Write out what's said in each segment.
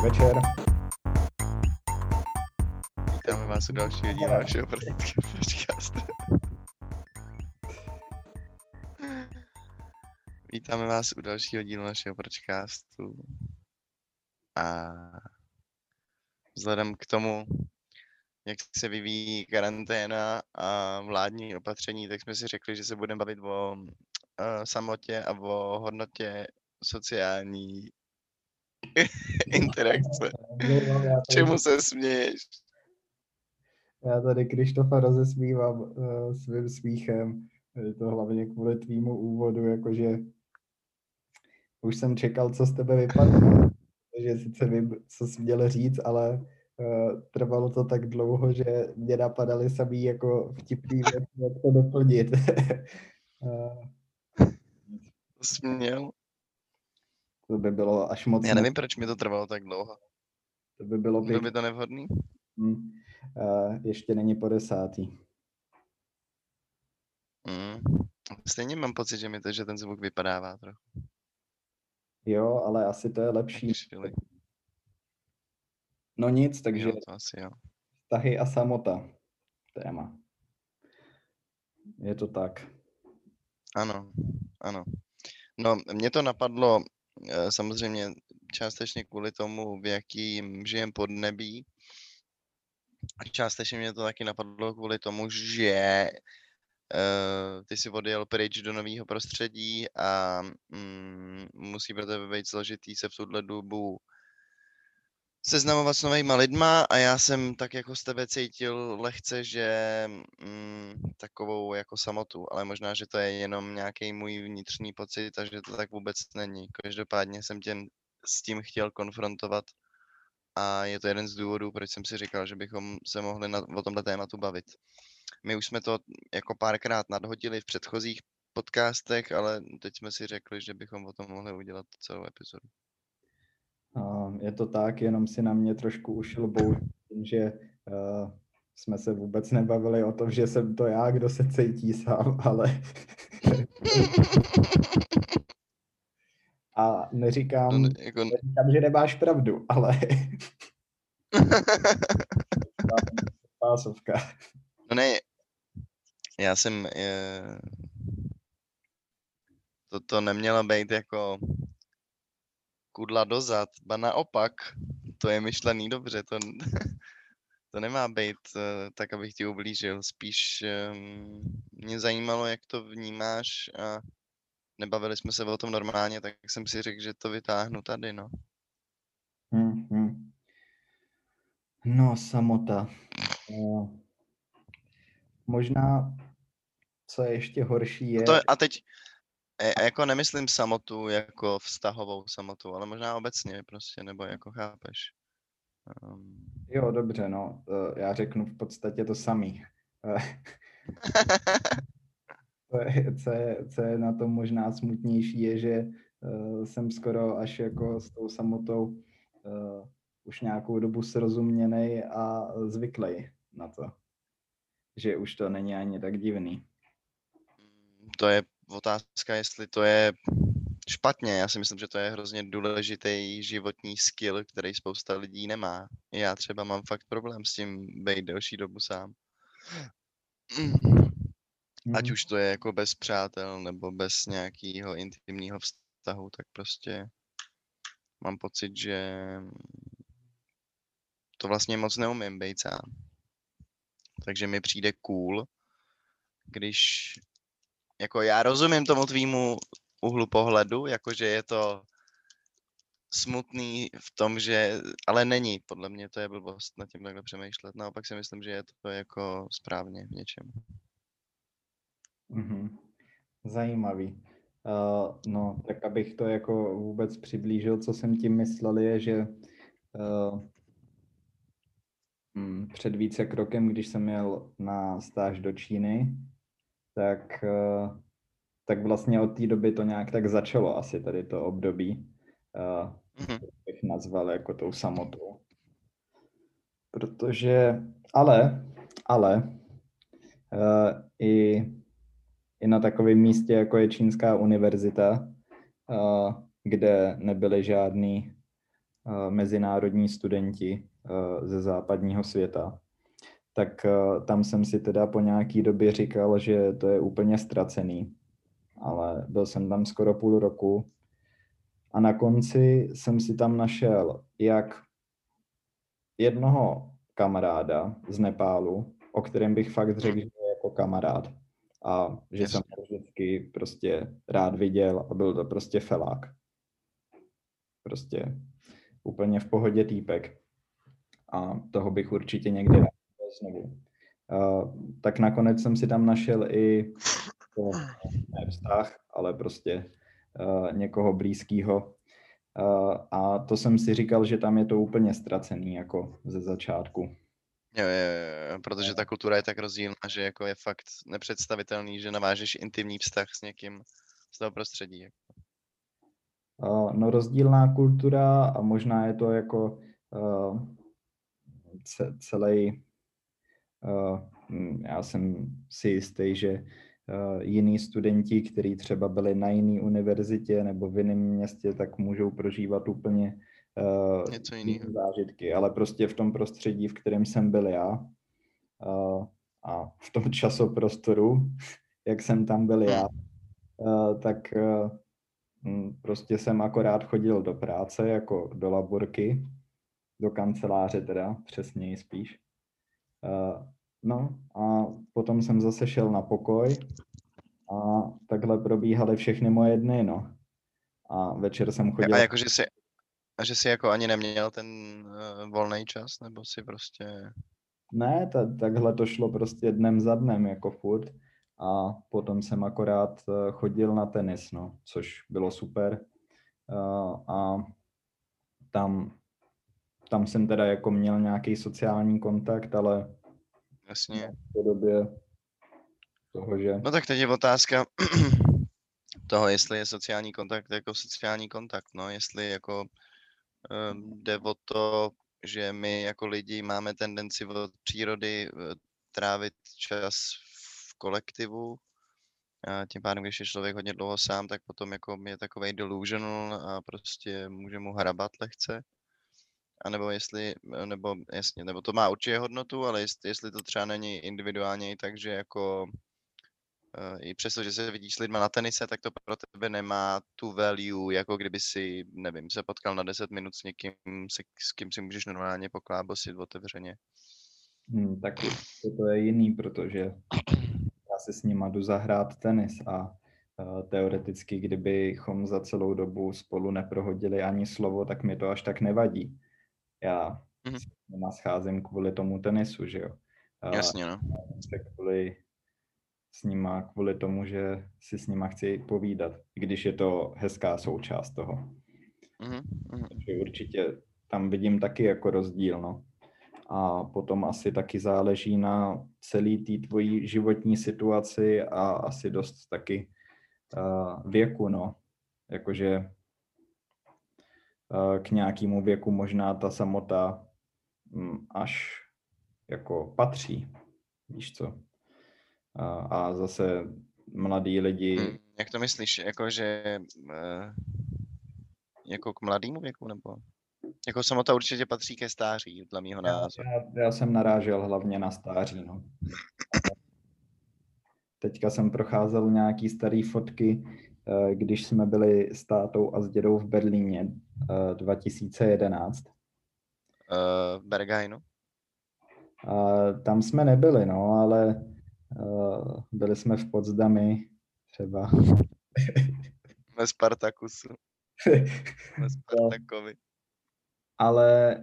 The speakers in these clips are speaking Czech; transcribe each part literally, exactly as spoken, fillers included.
večer. Vítáme vás u dalšího dílu našeho podcastu. Vítáme vás u dalšího dílu našeho podcastu. A vzhledem k tomu, jak se vyvíjí karanténa a vládní opatření, tak jsme si řekli, že se budeme bavit o uh, samotě a o hodnotě sociální interakce. Čemu se směješ? Já tady Krištofa rozesmívám uh, svým smíchem. Je to hlavně kvůli tvýmu úvodu, jakože už jsem čekal, co z tebe vypadne. Takže sice vím, co jsi měl říct, ale uh, trvalo to tak dlouho, že mě napadaly samý jako vtipný věc, jak to doplnit. uh, To jsi měl? To by bylo až moc... Já nevím, proč mi to trvalo tak dlouho. To by bylo Bylo by to nevhodný? Hmm. Uh, ještě není po desátý. Mm. Stejně mám pocit, že mi to, že ten zvuk vypadává trochu. Jo, ale asi to je lepší. Actually. No nic, takže jo, to asi jo. Vztahy a samota. Téma. Je to tak. Ano, ano. No, mě to napadlo samozřejmě částečně kvůli tomu, v jakým žijem podnebí. A částečně mě to taky napadlo kvůli tomu, že uh, ty si odjel pryč do nového prostředí a mm, musí pro tebe být složitý se v tuhle dobu seznamovat s novýma lidma a já jsem tak jako z tebe cítil lehce, že mm, takovou jako samotu, ale možná, že to je jenom nějaký můj vnitřní pocit a že to tak vůbec není. Každopádně jsem tě s tím chtěl konfrontovat a je to jeden z důvodů, proč jsem si říkal, že bychom se mohli na, o tomhle tématu bavit. My už jsme to jako párkrát nadhodili v předchozích podcastech, ale teď jsme si řekli, že bychom o tom mohli udělat celou epizodu. Je to tak, jenom si na mě trošku ušil bouř, že uh, jsme se vůbec nebavili o tom, že jsem to já, kdo se cítí sám, ale... A neříkám, no, jako... neříkám, že nemáš pravdu, ale... Pásovka. No ne, já jsem... Je... Toto nemělo být jako kudla dozad, ba naopak, to je myšlený dobře, to, to nemá být tak, abych ti ublížil, spíš um, mě zajímalo, jak to vnímáš a nebavili jsme se o tom normálně, tak jsem si řekl, že to vytáhnu tady, no. Hmm, hmm. No, samota. No. Možná, co je ještě horší, je... A, to, a teď, jako nemyslím samotu jako vztahovou samotu, ale možná obecně prostě, nebo jako chápeš. Um... Jo, dobře, no, já řeknu v podstatě to samý. co, je, co, je, co je na tom možná smutnější, je, že uh, jsem skoro až jako s tou samotou uh, už nějakou dobu srozuměnej a zvyklej na to. Že už to není ani tak divný. To je otázka, jestli to je špatně. Já si myslím, že to je hrozně důležitý životní skill, který spousta lidí nemá. Já třeba mám fakt problém s tím být delší dobu sám. Ať už to je jako bez přátel nebo bez nějakého intimního vztahu, tak prostě mám pocit, že to vlastně moc neumím být sám. Takže mi přijde cool, když jako já rozumím tomu tvýmu úhlu pohledu, jakože je to smutný v tom, že, ale není, podle mě to je blbost nad tím takhle přemýšlet, naopak si myslím, že je to jako správně v něčem. Mm-hmm. Zajímavý. Uh, no, tak abych to jako vůbec přiblížil, co jsem tím myslel, je, že uh, mm, před více krokem, když jsem jel na stáž do Číny, tak, uh, tak vlastně od té doby to nějak tak začalo asi tady to období, uh, Mm-hmm. bych nazval jako tou samotou. Protože, ale, ale uh, i, i na takovém místě, jako je Čínská univerzita, uh, kde nebyly žádný mezinárodní studenti ze západního světa, tak tam jsem si teda po nějaký době říkal, že to je úplně ztracený. Ale byl jsem tam skoro půl roku a na konci jsem si tam našel jak jednoho kamaráda z Nepálu, o kterém bych fakt řekl, že je jako kamarád a že jsem ho vždycky prostě rád viděl a byl to prostě felák. Prostě úplně v pohodě týpek. A toho bych určitě někdy rád znovu. Uh, tak nakonec jsem si tam našel i to, ne vztah, ale prostě uh, někoho blízkého. Uh, a to jsem si říkal, že tam je to úplně ztracený, jako ze začátku. Jo, jo, jo, protože ta kultura je tak rozdílná, že jako je fakt nepředstavitelný, že navážeš intimní vztah s někým z toho prostředí. Uh, no rozdílná kultura a možná je to jako uh, celý, uh, já jsem si jistý, že uh, jiní studenti, kteří třeba byli na jiné univerzitě nebo v jiném městě, tak můžou prožívat úplně uh, něco jiného zážitky, ale prostě v tom prostředí, v kterém jsem byl já uh, a v tom časoprostoru, jak jsem tam byl já, uh, tak uh, prostě jsem akorát chodil do práce, jako do laborky, do kanceláře teda, přesněji spíš. Uh, no a potom jsem zase šel na pokoj a takhle probíhaly všechny moje dny, no. A večer jsem chodil... A jako, že jsi, a že jsi jako ani neměl ten uh, volný čas, nebo si prostě... Ne, ta, takhle to šlo prostě dnem za dnem, jako furt. A potom jsem akorát uh, chodil na tenis, no, což bylo super. Uh, a tam, tam jsem teda jako měl nějaký sociální kontakt, ale Jasně. v té době toho, že... No tak teď je otázka toho, jestli je sociální kontakt jako sociální kontakt, no, jestli jako um, jde o to, že my jako lidi máme tendenci od přírody uh, trávit čas v kolektivu. A tím pádem, když je člověk hodně dlouho sám, tak potom jako je takovej delusional a prostě může mu hrabat lehce. A nebo jestli, nebo jasně, nebo to má určitě hodnotu, ale jestli, jestli to třeba není individuálně, takže jako uh, i přesto, že se vidíš s lidma na tenise, tak to pro tebe nemá tu value, jako kdyby si, nevím, se potkal na deset minut s někým, se, s kým si můžeš normálně poklábosit otevřeně. Hmm, tak to je jiný, protože já si s nima jdu zahrát tenis a uh, teoreticky, kdybychom za celou dobu spolu neprohodili ani slovo, tak mi to až tak nevadí. Já Mhm. s nima scházím kvůli tomu tenisu, že jo. Uh, Jasně, no. Kvůli s nima kvůli tomu, že si s nima chci povídat, i když je to hezká součást toho. Mhm, mhm. Takže určitě tam vidím taky jako rozdíl, no. A potom asi taky záleží na celý té tvojí životní situaci a asi dost taky uh, věku, no. Jakože uh, k nějakému věku možná ta samota um, až jako patří, víš co. Uh, a zase mladí lidi... Hmm, jak to myslíš? Jako, že uh, jako k mladému věku, nebo? Jako samota určitě patří ke stáří, dle mýho Já, názoru. já, já jsem narážel hlavně na stáří, no. Teďka jsem procházel nějaký starý fotky, když jsme byli s tátou a s dědou v Berlíně dva tisíce jedenáct. Uh, v Berghainu? Uh, tam jsme nebyli, no, ale uh, byli jsme v Potsdami třeba. Ve Spartakusu. Ve Spartakovi. Ale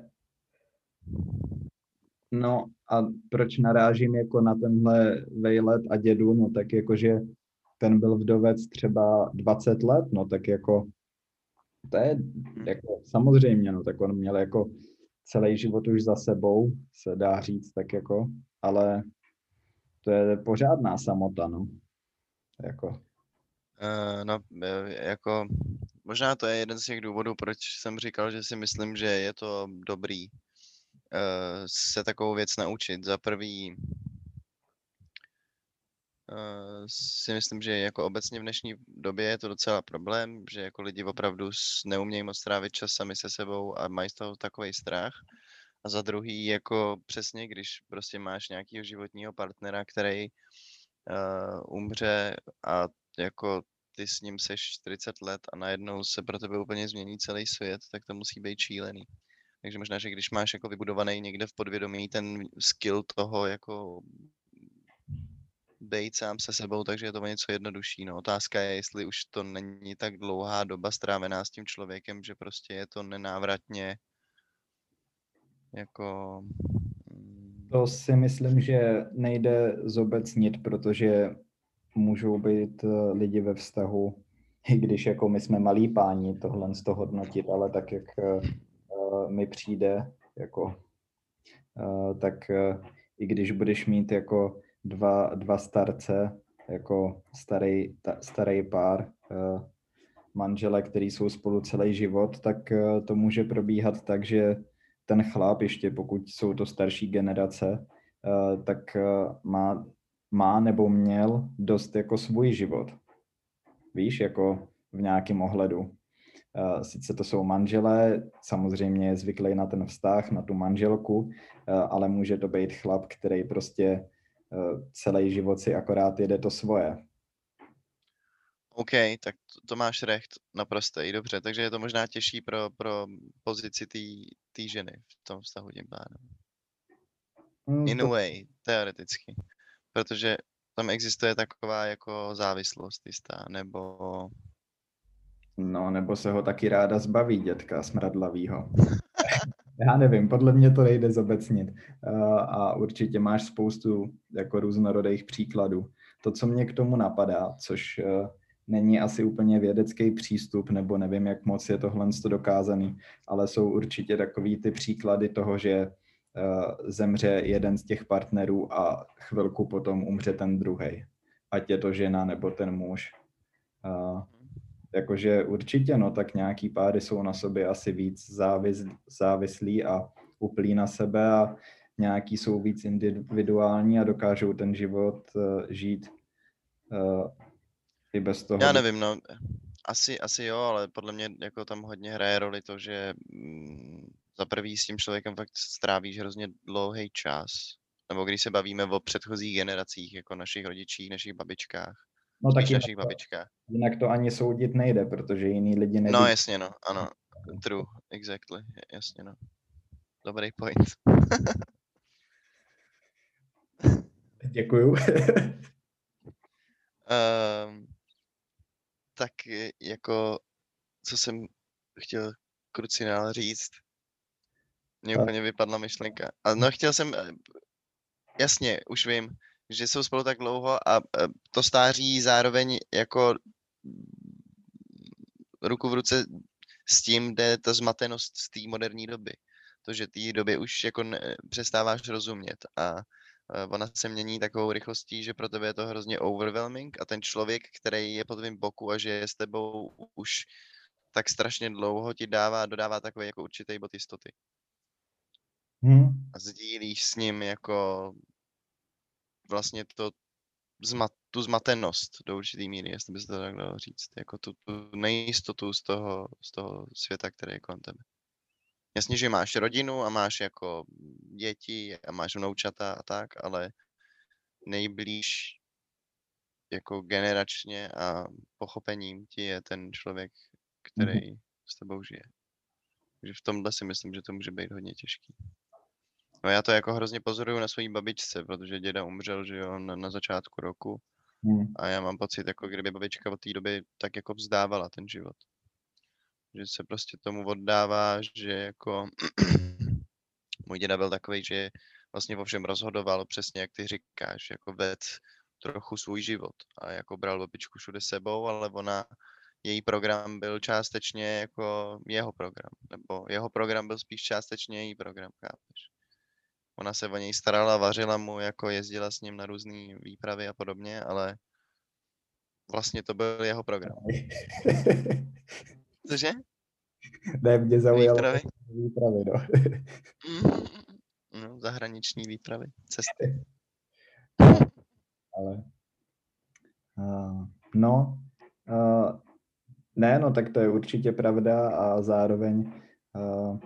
no a proč narážím jako na tenhle vejlet a dědu, no tak jakože ten byl vdovec třeba dvacet let, no tak jako to je jako samozřejmě, no tak on měl jako celý život už za sebou, se dá říct tak jako, ale to je pořádná samota, no. Jako. Uh, no, jako možná to je jeden z těch důvodů, proč jsem říkal, že si myslím, že je to dobrý uh, se takovou věc naučit. Za prvý uh, si myslím, že jako obecně v dnešní době je to docela problém, že jako lidi opravdu s- neumějí moc trávit čas sami se sebou a mají z toho takový strach. A za druhý, jako přesně, když prostě máš nějakého životního partnera, který uh, umře a jako ty s ním seš čtyřicet let a najednou se pro tebe úplně změní celý svět, tak to musí být šílený. Takže možná, že když máš jako vybudovaný někde v podvědomí ten skill toho jako bejt sám se sebou, takže je to o něco jednodušší. No. Otázka je, jestli už to není tak dlouhá doba strávená s tím člověkem, že prostě je to nenávratně jako... mm, To si myslím, že nejde zobecnit, protože můžou být eh, lidi ve vztahu, i když jako my jsme malí páni tohle z toho hodnotit, ale tak, jak eh, mi přijde, jako, eh, tak eh, i když budeš mít jako dva, dva starce, jako starý, ta, starý pár, eh, manžele, který jsou spolu celý život, tak eh, to může probíhat tak, že ten chlap, ještě pokud jsou to starší generace, eh, tak eh, má, má nebo měl dost jako svůj život. Víš, jako v nějakém ohledu. Eh, Sice to jsou manželé, samozřejmě je zvyklý na ten vztah, na tu manželku, eh, ale může to být chlap, který prostě eh, celý život si akorát jede to svoje. OK, tak to, to máš recht, naprosto i dobře. Takže je to možná těžší pro, pro pozici té ženy v tom vztahu tím pádem. Hmm, In a to, way, teoreticky. Protože tam existuje taková jako závislost jistá, nebo... no, nebo se ho taky ráda zbaví, dětka smradlavýho. Já nevím, podle mě to nejde zobecnit. Uh, a určitě máš spoustu jako různorodých příkladů. To, co mě k tomu napadá, což uh, není asi úplně vědecký přístup, nebo nevím, jak moc je tohle dokázaný, ale jsou určitě takový ty příklady toho, že uh, zemře jeden z těch partnerů a chvilku potom umře ten druhej. Ať je to žena nebo ten muž. Uh, Jakože určitě, no, tak nějaký páry jsou na sobě asi víc závis, závislí a uplí na sebe a nějaký jsou víc individuální a dokážou ten život uh, žít uh, i bez toho. Já nevím, no. Asi, asi jo, ale podle mě jako tam hodně hraje roli to, že mm, za prvý s tím člověkem fakt strávíš hrozně dlouhý čas. Nebo když se bavíme o předchozích generacích, jako našich rodičích, našich babičkách. No tak Spíš jinak našich to, babičkách. jinak to ani soudit nejde, protože jiný lidi No nevidí. jasně, no, ano. True, exactly, jasně, no. Dobrý point. Děkuju. um, tak jako, co jsem chtěl krucinál říct, mě úplně vypadla myšlenka. A no chtěl jsem, jasně, už vím, že jsou spolu tak dlouho a to stáří zároveň jako ruku v ruce s tím, jde ta zmatenost z té moderní doby. To, že té doby už jako ne, přestáváš rozumět a ona se mění takovou rychlostí, že pro tebe je to hrozně overwhelming a ten člověk, který je po tvém boku a že je s tebou už tak strašně dlouho, ti dává, dodává takový jako určitý bod jistoty. Hmm. A sdílíš s ním jako vlastně to zmat, tu zmatenost do určitý míry, jestli by se to tak dalo říct. Jako tu, tu nejistotu z toho, z toho světa, který je kolem tebe. Jasně, že máš rodinu a máš jako děti a máš vnoučata a tak, ale nejblíž jako generačně a pochopením ti je ten člověk, který Mhm. s tebou žije. Takže v tomhle si myslím, že to může být hodně těžký. No já to jako hrozně pozoruju na své babičce, protože děda umřel, že jo, na, na začátku roku. Hmm. A já mám pocit, jako kdyby babička od té doby tak jako vzdávala ten život. Že se prostě tomu oddává, že jako můj děda byl takový, že vlastně o všem rozhodoval přesně jak ty říkáš, jako ved trochu svůj život a jako bral babičku všude sebou, ale ona, její program byl částečně jako jeho program, nebo jeho program byl spíš částečně její program, chápeš? Ona se o něj starala, vařila mu, jako jezdila s ním na různé výpravy a podobně, ale vlastně to byl jeho program. Cože? Ne, mě zaujalo Výpravy? výpravy, no. No, zahraniční výpravy, cesty. Ale Uh, no, uh, ne, no tak to je určitě pravda a zároveň uh,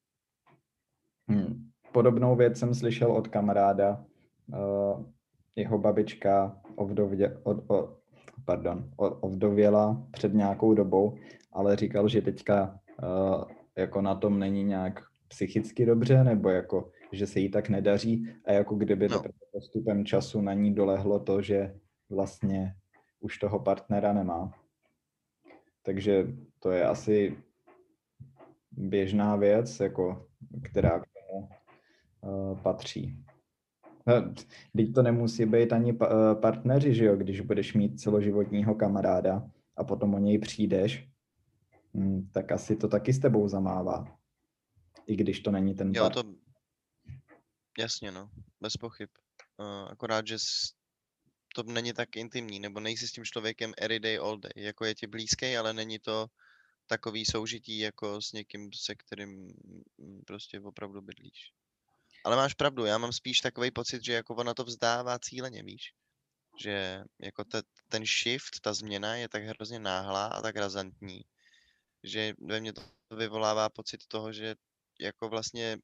hm, podobnou věc jsem slyšel od kamaráda. Uh, jeho babička ovdově, od, o, pardon, o, ovdověla před nějakou dobou, ale říkal, že teďka uh, jako na tom není nějak psychicky dobře, nebo jako, že se jí tak nedaří a jako kdyby No, teprve postupem času na ní dolehlo to, že vlastně už toho partnera nemá. Takže to je asi běžná věc, jako, která k tomu uh, patří. Teď to nemusí být ani pa- partneři, že jo, když budeš mít celoživotního kamaráda a potom o něj přijdeš, hm, tak asi to taky s tebou zamává. I když to není ten jo, partner. to jasně, no, bez pochyb. Uh, akorát, že s- to není tak intimní, nebo nejsi s tím člověkem every day, all day. Jako je ti blízký, ale není to takový soužití jako s někým, se kterým mm, prostě opravdu bydlíš. Ale máš pravdu, já mám spíš takový pocit, že jako ona to vzdává cíleně, víš? Že jako te, ten shift, ta změna je tak hrozně náhlá a tak razantní, že ve mně to vyvolává pocit toho, že jako vlastně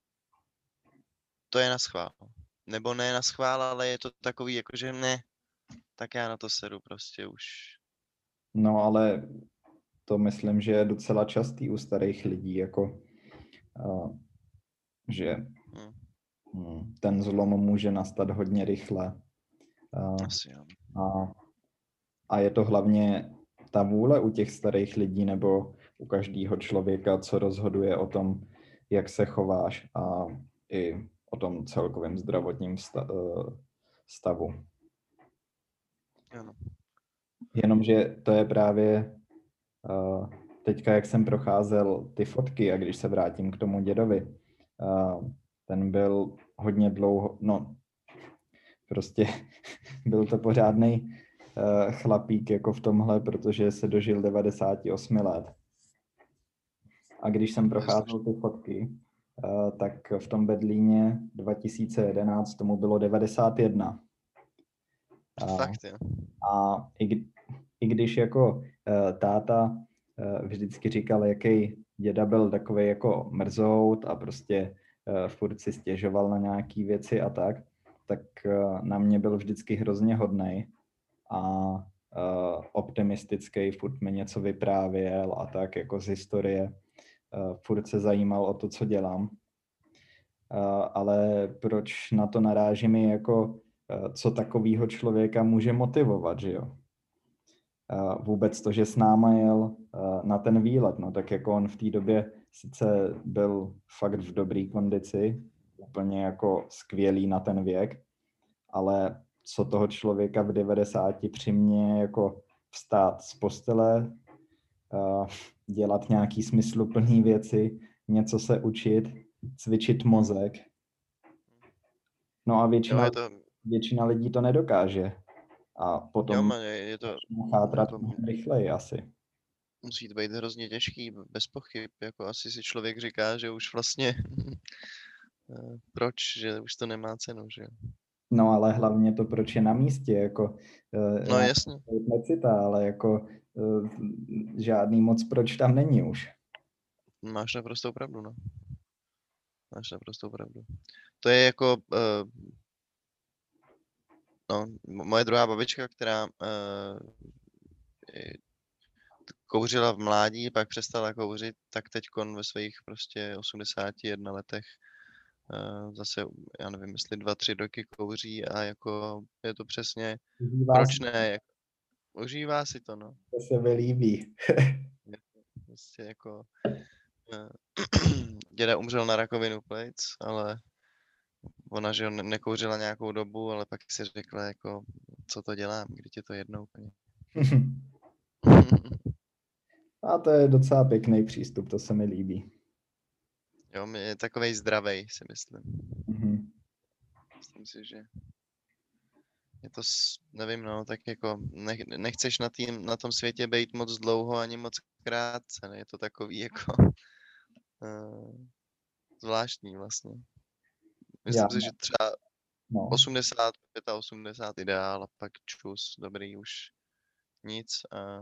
to je na schvál. Nebo ne na schvál, ale je to takový jako, že ne, tak já na to sedu prostě už. No ale to myslím, že je docela častý u starých lidí, jako uh, že Hm, hm, ten zlom může nastat hodně rychle. Uh, asi jo. a, a je to hlavně ta vůle u těch starých lidí nebo u každého člověka, co rozhoduje o tom, jak se chováš a i o tom celkovém zdravotním sta- eh, stavu. Ano. Jenomže to je právě uh, teďka, jak jsem procházel ty fotky a když se vrátím k tomu dědovi, uh, ten byl hodně dlouho, no prostě byl to pořádný uh, chlapík jako v tomhle, protože se dožil devadesát osm let. A když jsem procházel ty fotky, uh, tak v tom Berlíně dva tisíce jedenáct tomu bylo devadesát jedna. Uh, Fakt, jo. a i, kdy, i když jako uh, táta uh, vždycky říkal, jaký děda byl takový jako mrzout a prostě uh, furt si stěžoval na nějaký věci a tak, tak uh, na mě byl vždycky hrozně hodnej a uh, optimistický, furt mi něco vyprávěl a tak jako z historie. Uh, furt se zajímal o to, co dělám. Uh, ale proč na to narážím je jako, uh, co takového člověka může motivovat, že jo? Uh, vůbec to, že s náma jel uh, na ten výlet, no tak jako on v té době sice byl fakt v dobré kondici, úplně jako skvělý na ten věk, ale co toho člověka v devadesáti přiměje jako vstát z postele, uh, dělat nějaký smysluplný věci, něco se učit, cvičit mozek. No a Jo, většina, je to, většina lidí to nedokáže. A jo, potom man, je, je to, začnou chátrat jako, mnohem rychleji asi. musí to být hrozně těžký, bez pochyb. Jako asi si člověk říká, že už vlastně, eh, proč, že už to nemá cenu, že jo. No ale hlavně to, proč je na místě, jako uh, No já jasně, necita, ale jako uh, žádný moc proč tam není už. máš naprostou pravdu, no. Máš naprostou pravdu. To je jako, uh, no, moje druhá babička, která uh, kouřila v mládí, pak přestala kouřit, tak teď ve svých prostě osmdesáti jedna letech uh, zase, já nevím, jestli dva, tři roky kouří a jako je to přesně, Užívá proč si, ne, jak, užívá si to, no. to se mi líbí. Je to prostě jako, uh, děda umřel na rakovinu plic, ale ona, že ne- nekouřila nějakou dobu, ale pak si řekla jako, co to dělám, když je to jednou úplně. A to je docela pěkný přístup, to se mi líbí. Jo, je takovej zdravej, si myslím. Mhm. Myslím si, že je to, s- nevím, no, tak jako nech, nechceš na, tým, na tom světě být moc dlouho ani moc krátce, ne? Je to takový jako uh, zvláštní vlastně. Já, Myslím si, že třeba No. osmdesát, osmdesát pět ideál a pak čus, dobrý už nic. A...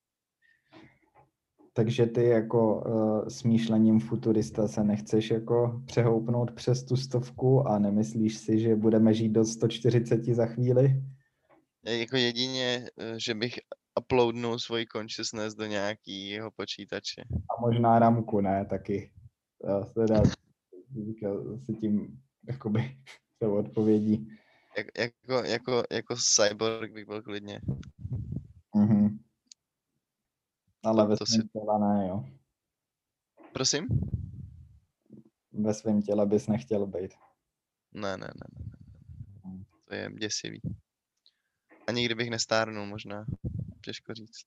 Takže ty jako uh, smýšlením futurista se nechceš jako přehoupnout přes tu stovku a nemyslíš si, že budeme žít do sto čtyřicet za chvíli? Jako jedině, že bych uploadnul svoji consciousness do nějakého počítače. A možná ramku, ne, taky. Já se dá si tím jakoby tou odpovědí. Jak, jako, jako, jako cyborg bych byl klidně. Mhm. Ale To, ve to si... svém těle ne, jo. Prosím? Ve svém těle bys nechtěl být. Ne, ne, ne, ne. To je děsivý. Ani kdybych nestárnul možná. Těžko říct.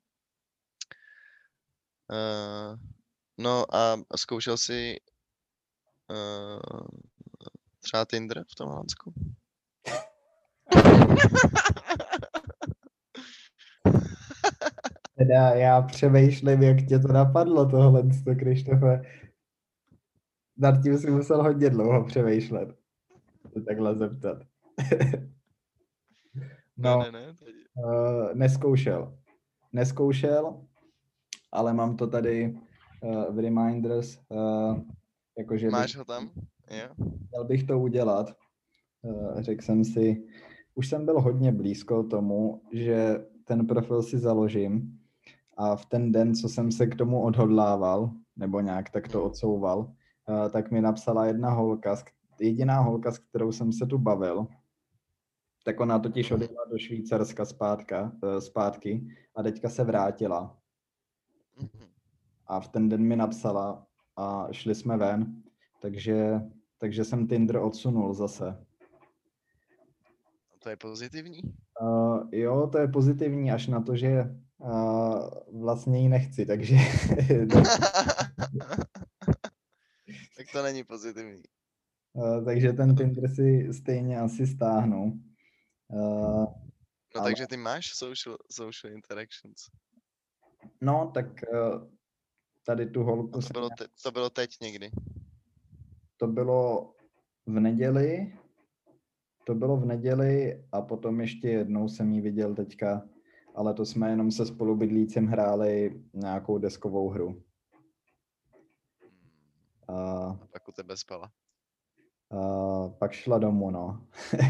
Uh, no a zkoušel jsi uh, třeba Tinder v tom Holandsku? Teda já přemýšlím, jak tě to napadlo tohle, Krištofe. Nad tím si musel hodně dlouho přemýšlet. To takhle zeptat. No, Ne, ne, ne. Tady... Uh, neskoušel. Neskoušel, ale mám to tady uh, v reminders. Uh, jakože Máš bych, ho tam? Jo. Měl bych to udělat. Uh, řekl jsem si, už jsem byl hodně blízko tomu, že ten profil si založím a v ten den, co jsem se k tomu odhodlával, nebo nějak tak to odsouval, uh, tak mi napsala jedna holka, jediná holka, s kterou jsem se tu bavil. Tak ona totiž odjela do Švýcarska zpátka, zpátky a teďka se vrátila. A v ten den mi napsala a šli jsme ven, takže, takže jsem Tinder odsunul zase. To je pozitivní? Uh, jo, to je pozitivní až na to, že uh, vlastně ji nechci, takže... Tak to není pozitivní. Uh, takže ten Tinder si stejně asi stáhnu. Uh, no ale... takže ty máš social, social interactions. No, tak uh, tady tu holku... A to, bylo te, to bylo teď někdy? To bylo v neděli, to bylo v neděli a potom ještě jednou jsem ji viděl teďka, ale to jsme jenom se spolubydlícím hráli nějakou deskovou hru. A, a pak u tebe spala. A pak šla domů, no.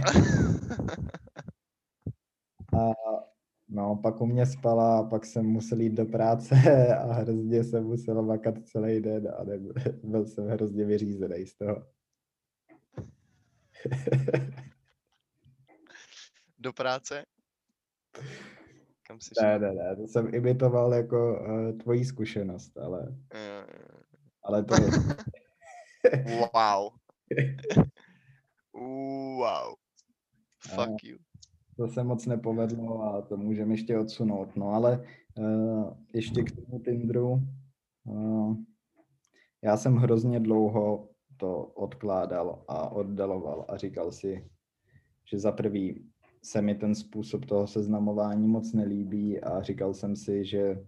a no, pak u mě spala a pak jsem musel jít do práce a hrozně jsem musel makat celý den a nebyl, byl jsem hrozně vyřízený z toho. Do práce? Kam jsi Ne, šel? ne, ne, to jsem imitoval jako uh, tvoji zkušenost, ale, ale to... wow. Wow. Fuck you. To se moc nepovedlo a to můžeme ještě odsunout. No ale uh, ještě k tomu Tinderu. Uh, já jsem hrozně dlouho to odkládal a oddaloval a říkal si, že za prvý se mi ten způsob toho seznamování moc nelíbí a říkal jsem si, že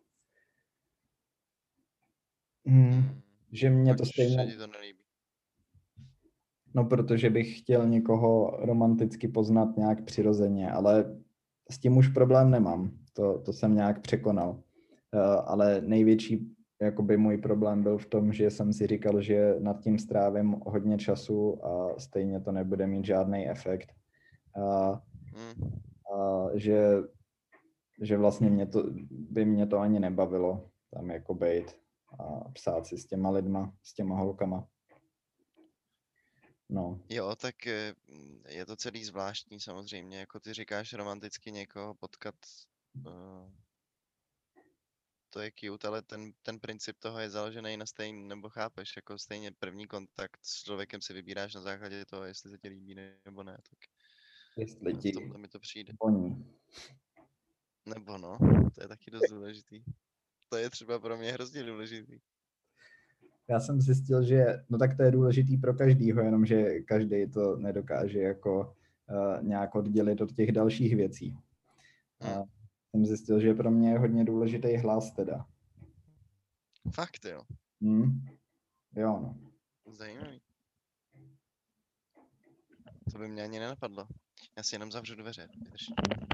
hmm, že mě to stejně... Že ti to nelíbí? No, protože bych chtěl někoho romanticky poznat nějak přirozeně, ale s tím už problém nemám. To, to jsem nějak překonal. Uh, ale největší jakoby můj problém byl v tom, že jsem si říkal, že nad tím strávím hodně času a stejně to nebude mít žádný efekt. Uh, mm. a že, že vlastně mě to, by mě to ani nebavilo tam jako bejt a psát si s těma lidma, s těma holkama. No. Jo, tak je to celý zvláštní samozřejmě, jako ty říkáš romanticky někoho potkat, uh, to je cute, ale ten, ten princip toho je založený na stejný, nebo chápeš, jako stejně první kontakt s člověkem si vybíráš na základě toho, jestli se ti líbí nebo ne, tak Jestli v ti tomhle mi to přijde. voní. Nebo no, to je taky dost důležitý. To je třeba pro mě hrozně důležitý. Já jsem zjistil, že no tak to je důležitý pro každýho, jenomže každý to nedokáže jako uh, nějak oddělit od těch dalších věcí. Hmm. Uh, jsem zjistil, že pro mě je hodně důležitý hlas teda. Fakt jo? Hmm. Jo, no. Zajímavý. To by mě ani nenapadlo. Já si jenom zavřu dveře. Vydrž.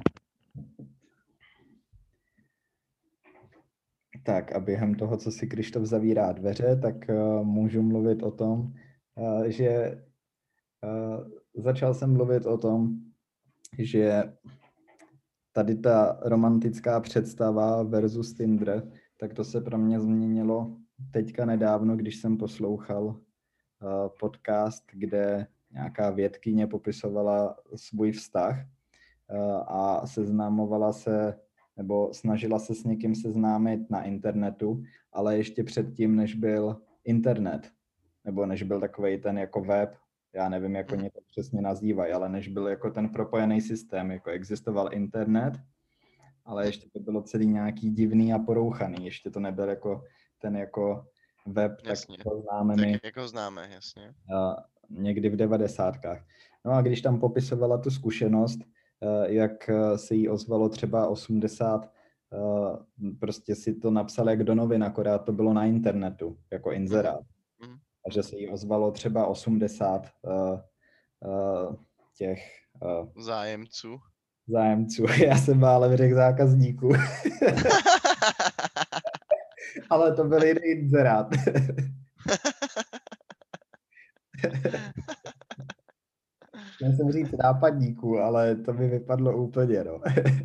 Tak a během toho, co si Krištof zavírá dveře, tak uh, můžu mluvit o tom, uh, že uh, začal jsem mluvit o tom, že tady ta romantická představa versus Tinder, tak to se pro mě změnilo teďka nedávno, když jsem poslouchal uh, podcast, kde nějaká vědkyně popisovala svůj vztah uh, a seznamovala se, nebo snažila se s někým seznámit na internetu, ale ještě předtím, než byl internet, nebo než byl takovej ten jako web, já nevím, jak oni to přesně nazývají, ale než byl jako ten propojený systém, jako existoval internet, ale ještě to bylo celý nějaký divný a porouchaný, ještě to nebyl jako ten jako web, Jasně. tak to známe my Tak jako známe, jasně. uh, někdy v devadesátkách. No a když tam popisovala tu zkušenost, uh, jak se jí ozvalo třeba osmdesát, uh, prostě si to napsal jak do novin, akorát to bylo na internetu, jako inzerát. Mhm. A že se jí ozvalo třeba osmdesát uh, uh, těch uh, Zájemců. zájemců. Já jsem málem řekl zákazníků. Ale to byl jiný inzerát. Chtěl jsem říct nápadníků, ale to mi vypadlo úplně, no.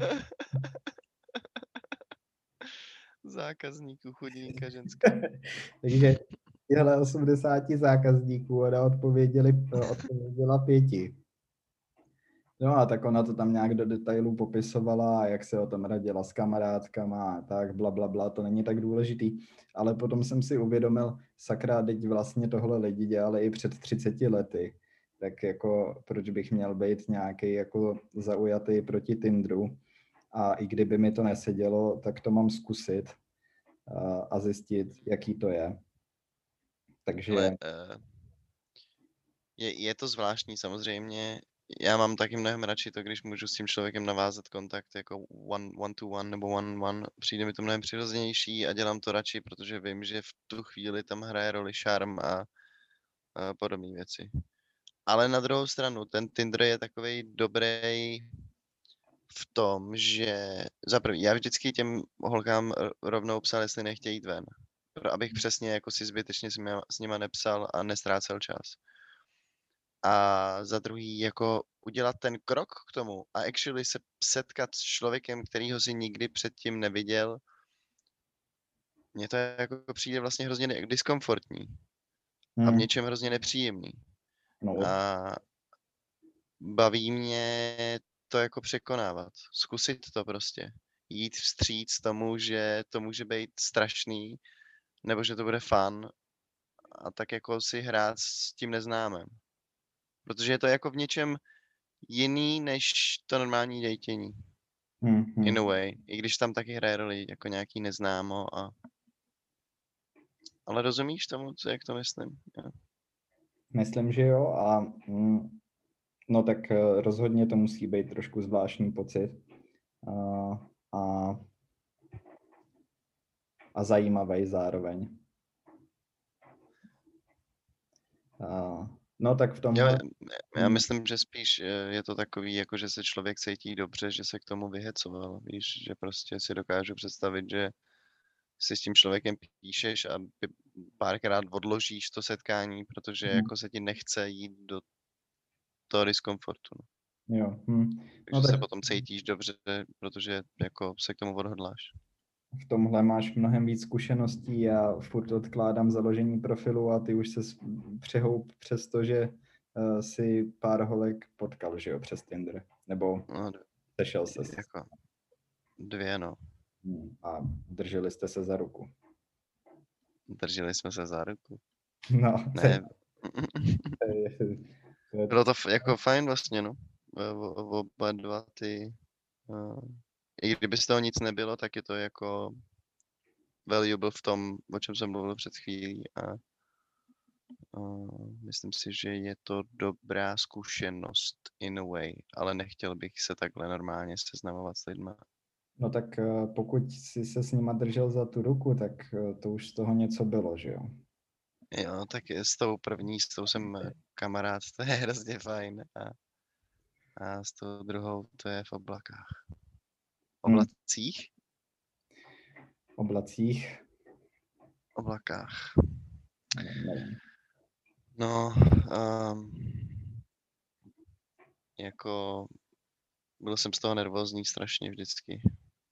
Zákazníků, chudinka ženská. Takže těhle osmdesáti zákazníků ona odpověděli, odpověděla pěti. No a tak ona to tam nějak do detailů popisovala, jak se o tom radila s kamarádkama a tak, bla, bla, bla, to není tak důležitý. Ale potom jsem si uvědomil, sakra, teď vlastně tohle lidi dělali i před třiceti lety. Tak jako, proč bych měl být nějaký jako zaujatý proti Tinderu? A i kdyby mi to nesedělo, tak to mám zkusit a, a zjistit, jaký to je. Takže... Ale, uh, je, je to zvláštní samozřejmě. Já mám taky mnohem radši to, když můžu s tím člověkem navázat kontakt jako one, one to one nebo one one. Přijde mi to mnohem přirozenější a dělám to radši, protože vím, že v tu chvíli tam hraje roli šarm a, a podobné věci. Ale na druhou stranu, ten Tinder je takovej dobrý v tom, že za první, já vždycky těm holkám rovnou psal, jestli nechtějí jít ven. Abych přesně jako si zbytečně s nima, s nima nepsal a nestrácel čas. A za druhý, jako udělat ten krok k tomu a actually se setkat s člověkem, kterýho si nikdy předtím neviděl, mně to jako přijde vlastně hrozně diskomfortní a v něčem hrozně nepříjemný. No. A baví mě to jako překonávat, zkusit to prostě, jít vstříc tomu, že to může být strašný, nebo že to bude fun a tak jako si hrát s tím neznámým. Protože je to jako v něčem jiný než to normální dejtění. Mm-hmm. In a way. I když tam taky hraje roli jako nějaký neznámo a... Ale rozumíš tomu, co, jak to myslím? Ja. Myslím, že jo a mm, no tak rozhodně to musí být trošku zvláštní pocit a, a, a zajímavý zároveň. A, no tak v tomhle... Já, já myslím, že spíš je to takový, jako že se člověk cítí dobře, že se k tomu vyhecoval. Víš, že prostě si dokážu představit, že si s tím člověkem píšeš a párkrát odložíš to setkání, protože hmm. jako se ti nechce jít do toho diskomfortu. No. Jo. Hmm. Takže no, se tak... potom cítíš dobře, protože jako se k tomu odhodláš. V tomhle máš mnohem víc zkušeností, já furt odkládám založení profilu a ty už se přehoup přes to, že uh, si pár holek potkal, že jo, přes Tinder, nebo no, sešel se. Jako dvě, no. A drželi jste se za ruku. Drželi jsme se za ruku. No. Ne. Bylo to jako fajn vlastně, no. Oba dva ty... Uh, I kdyby z toho nic nebylo, tak je to jako valuable v tom, o čem jsem mluvil před chvílí a uh, myslím si, že je to dobrá zkušenost in a way, ale nechtěl bych se takhle normálně seznamovat s lidma. No tak pokud jsi se s nima držel za tu ruku, tak to už z toho něco bylo, že jo? Jo, tak s tou první, s tou jsem kamarád, to je hrozně fajn. A, a s tou druhou, to je v oblakách. V Hmm. oblacích? Oblacích. Oblakách. Nevím. No, um, jako byl jsem z toho nervózní strašně vždycky.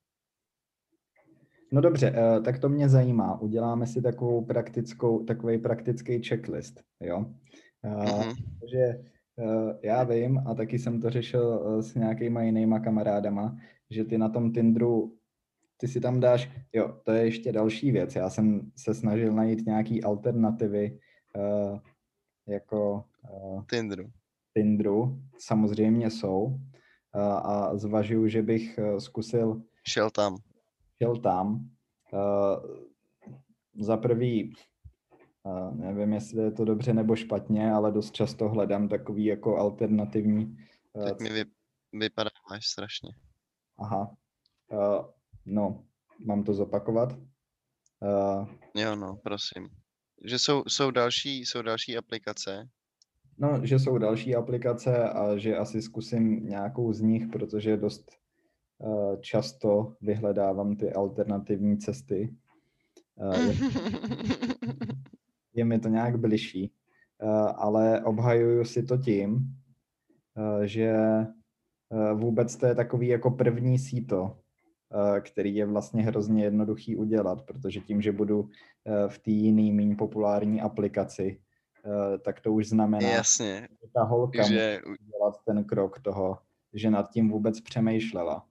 No dobře, eh, tak to mě zajímá. Uděláme si takovou praktickou, takový praktický checklist, jo? Mhm. Takže já vím, a taky jsem to řešil eh, s nějakýma jinýma kamarádama, že ty na tom Tinderu, ty si tam dáš, jo, to je ještě další věc. Já jsem se snažil najít nějaký alternativy eh, jako eh, Tinderu. Tinderu, samozřejmě jsou, eh, a zvažuju, že bych eh, zkusil Šel tam. šel tam. Uh, za prvý, uh, nevím, jestli je to dobře nebo špatně, ale dost často hledám takový jako alternativní. Uh, Teď mi vy, vypadáváš strašně. Aha. Uh, no, mám to zopakovat? Uh, Jo, no, prosím. Že jsou, jsou, další, jsou další aplikace. no, že jsou další aplikace a že asi zkusím nějakou z nich, protože dost uh, často vyhledávám ty alternativní cesty. Uh, je, je mi to nějak bližší, uh, ale obhajuju si to tím, uh, že uh, vůbec to je takový jako první síto, uh, který je vlastně hrozně jednoduchý udělat, protože tím, že budu uh, v té jiný méně populární aplikaci, uh, tak to už znamená, Jasně, že ta holka že musí dělat ten krok toho, že nad tím vůbec přemýšlela.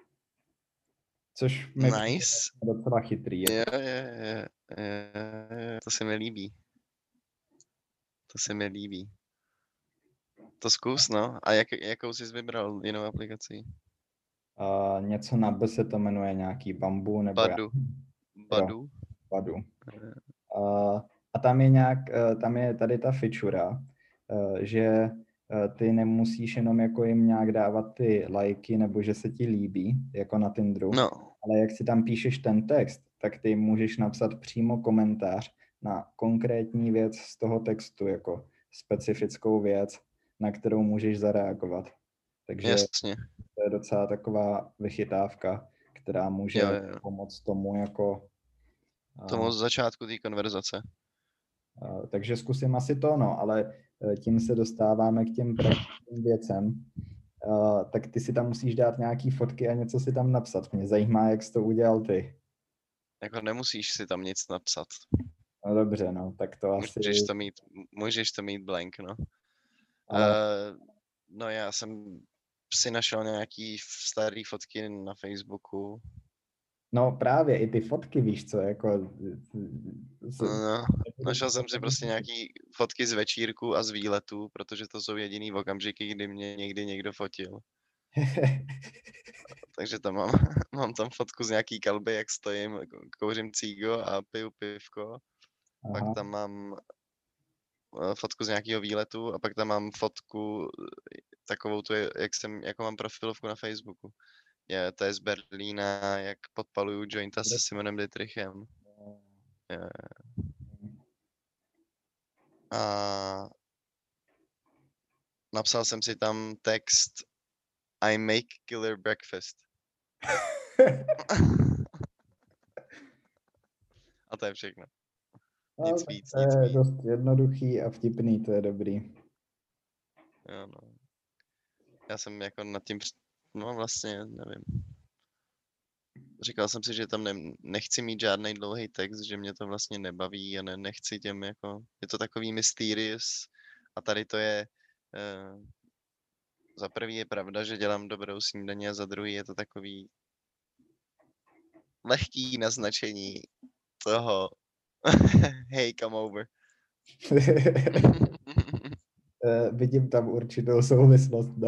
Což mi přijde nice. docela chytrý. Je, je, je, je, je, to se mi líbí. To se mi líbí. To zkus, no. A jak, jakou jsi vybral jinou aplikaci? Uh, něco na B se to jmenuje nějaký Bambu nebo Badu. já. Badu. Jo, Badu. Uh, a tam je nějak, uh, tam je tady ta fičura, uh, že uh, ty nemusíš jenom jako jim nějak dávat ty lajky nebo že se ti líbí, jako na Tinderu, No, ale jak si tam píšeš ten text, tak ty můžeš napsat přímo komentář na konkrétní věc z toho textu, jako specifickou věc, na kterou můžeš zareagovat. Takže jasně. to je docela taková vychytávka, která může Jo, jo, jo. pomoct tomu jako... Tomu z začátku té konverzace. Uh, takže zkusím asi to, no, ale uh, tím se dostáváme k těm praktickým věcem. Uh, tak ty si tam musíš dát nějaký fotky a něco si tam napsat. Mě zajímá, jak jsi to udělal ty. Jako nemusíš si tam nic napsat. No dobře, no, tak to asi... Můžeš to mít, můžeš to mít blank, no. Ale... Uh, no já jsem si našel nějaký staré fotky na Facebooku. No právě, i ty fotky, víš co, jako... No, našel jsem si prostě nějaký fotky z večírku a z výletů, protože to jsou jediný okamžiky, kdy mě někdy někdo fotil. Takže tam mám, mám tam fotku z nějaký kalby, jak stojím, kouřím cígo a piju pivko. Aha. Pak tam mám fotku z nějakého výletu a pak tam mám fotku takovou tu, jak jsem, jako mám profilovku na Facebooku. Je, to je z Berlína, jak podpaluju jointa se Simonem Dietrichem. Je. A napsal jsem si tam text I make killer breakfast. A to je všechno. Nic no, víc, to nic je víc. dost jednoduchý a vtipný, to je dobrý. Jo, no. Já jsem jako nad tím, no vlastně, nevím. Říkal jsem si, že tam ne, nechci mít žádný dlouhý text, že mě to vlastně nebaví a ne, nechci těm jako, je to takový mysterious a tady to je, uh, za prvý je pravda, že dělám dobrou snídaně a za druhý je to takový lehký naznačení toho hey, come over. uh, vidím tam určitou souvislost, no.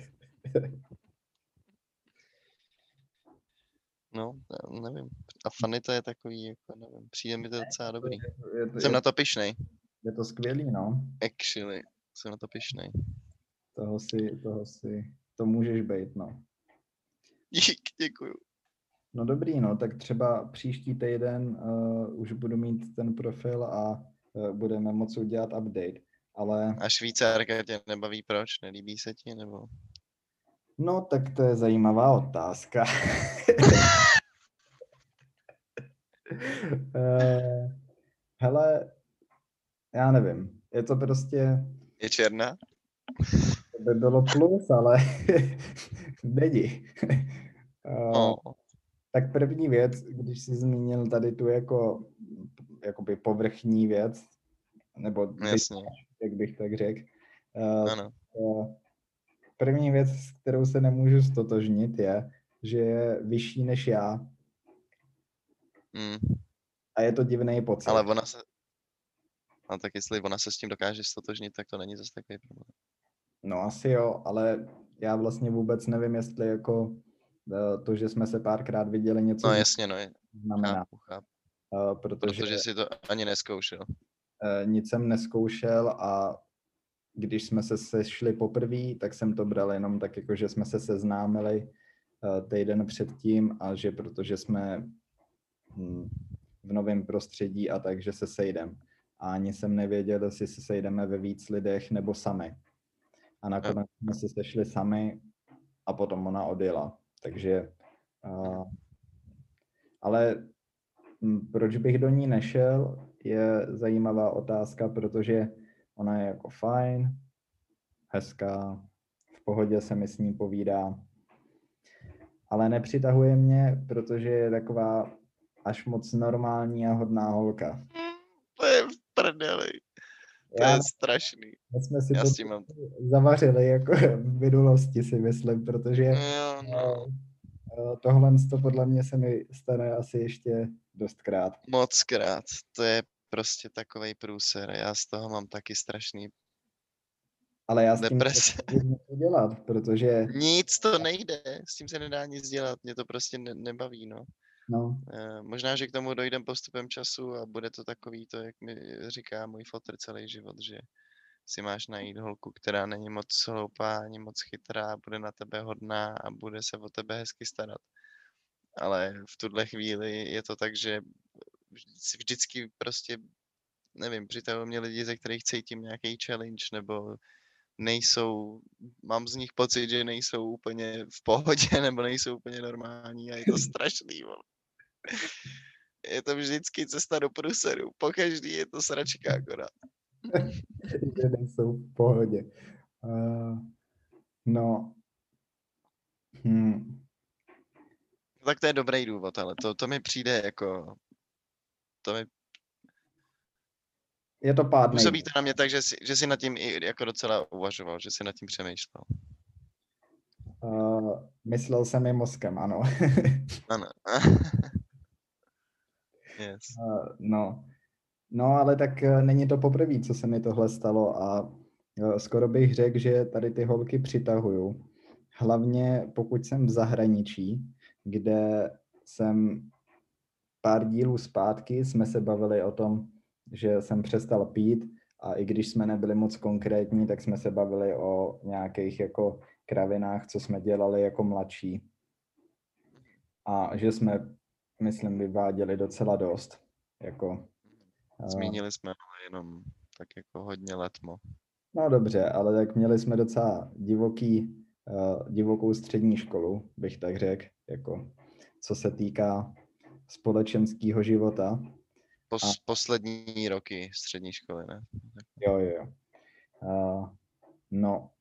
No, nevím. A funny to je takový, jako nevím, přijde mi to docela dobrý. Je to, Jsem je, na to pyšnej. je to skvělý, no. Actually, jsem na to pyšnej. Toho si, toho si, to můžeš být, no. Dík, děkuju. No dobrý, no, tak třeba příští týden uh, už budu mít ten profil a uh, budeme moci udělat update. Ale... A Švýcarka tě nebaví proč? Nelíbí se ti, nebo? No, tak to je zajímavá otázka. uh, hele, já nevím. Je to prostě... Je černá? To by bylo plus, ale není. uh, Oh. tak první věc, když jsi zmínil tady tu jako jakoby povrchní věc, nebo Jasně. jak bych tak řekl. Uh, Ano. uh, první věc, s kterou se nemůžu stotožnit, je, že je vyšší než já. Mm. A je to divný pocit. Ale ona se... A tak jestli ona se s tím dokáže stotožnit, tak to není zase takový problém. No asi jo, ale já vlastně vůbec nevím, jestli jako uh, to, že jsme se párkrát viděli, něco No jasně, no je. znamená. Chápu, chápu. Uh, protože Protože si to ani neskoušel. uh, nic jsem neskoušel a když jsme se sešli poprvé, tak jsem to bral jenom tak, jako že jsme se seznámili uh, týden předtím a že protože jsme hm, v novém prostředí a tak, že se sejdem. A ani jsem nevěděl, jestli se sejdeme ve víc lidech nebo sami. A nakonec jsme se sešli sami a potom ona odjela. Takže, uh, ale hm, proč bych do ní nešel, je zajímavá otázka, protože ona je jako fajn, hezká, v pohodě se mi s ní povídá, ale nepřitahuje mě, protože je taková až moc normální a hodná holka. To je v prdeli. To Já, je strašný. my jsme si Já to s tím mám... zavařili jako v minulosti, si myslím, protože Jo, no. tohle to podle mě se mi stane asi ještě dostkrát. Mockrát. To je prostě takovej průser. Já z toho mám taky strašný Ale já s tím deprese. nechci něco dělat, protože... Nic to nejde. S tím se nedá nic dělat. Mě to prostě ne- nebaví, no. No. E, možná, že k tomu dojdem postupem času a bude to takový to, jak mi říká můj fotr celý život, že si máš najít holku, která není moc hloupá, ani moc chytrá, bude na tebe hodná a bude se o tebe hezky starat. Ale v tuhle chvíli je to tak, že si vždycky prostě, nevím, přitahují mě lidi, ze kterých cítím nějaký challenge, nebo nejsou, mám z nich pocit, že nejsou úplně v pohodě, nebo nejsou úplně normální a je to strašný, vole. Je to vždycky cesta do průseru. Pokaždý je to sračka akorát. Že nejsou v pohodě. Uh, no. Hmm. Tak to je dobrý důvod, ale to, to mi přijde jako, to mi Je to pádnej. působí to na mě tak, že si, že si nad tím i jako docela uvažoval, že si nad tím přemýšlel. Uh, myslel jsem i mozkem, ano. Ano. Yes. Uh, no. No, ale tak uh, není to poprvé, co se mi tohle stalo a uh, skoro bych řekl, že tady ty holky přitahuju. Hlavně pokud jsem v zahraničí, kde jsem pár dílů zpátky jsme se bavili o tom, že jsem přestal pít a i když jsme nebyli moc konkrétní, tak jsme se bavili o nějakých jako kravinách, co jsme dělali jako mladší. A že jsme, myslím, vyváděli docela dost. Jako, Zmínili jsme ale jenom tak jako hodně letmo. No dobře, ale tak měli jsme docela divoký, uh, divokou střední školu, bych tak řekl, jako co se týká společenského života. Pos, a... Poslední roky střední školy, ne? Jo, jo, jo. Uh, no.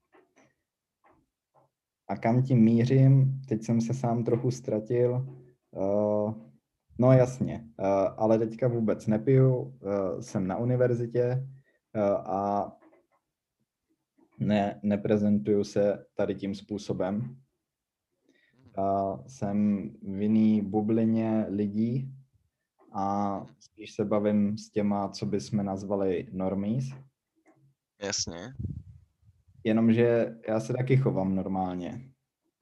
A kam tím mířím? Teď jsem se sám trochu ztratil. Uh, no jasně, uh, ale teďka vůbec nepiju, uh, jsem na univerzitě uh, a ne, neprezentuju se tady tím způsobem. Uh, jsem v jiný bublině lidí a spíš se bavím s těma, co bychom nazvali normies. Jasně. Jenomže já se taky chovám normálně.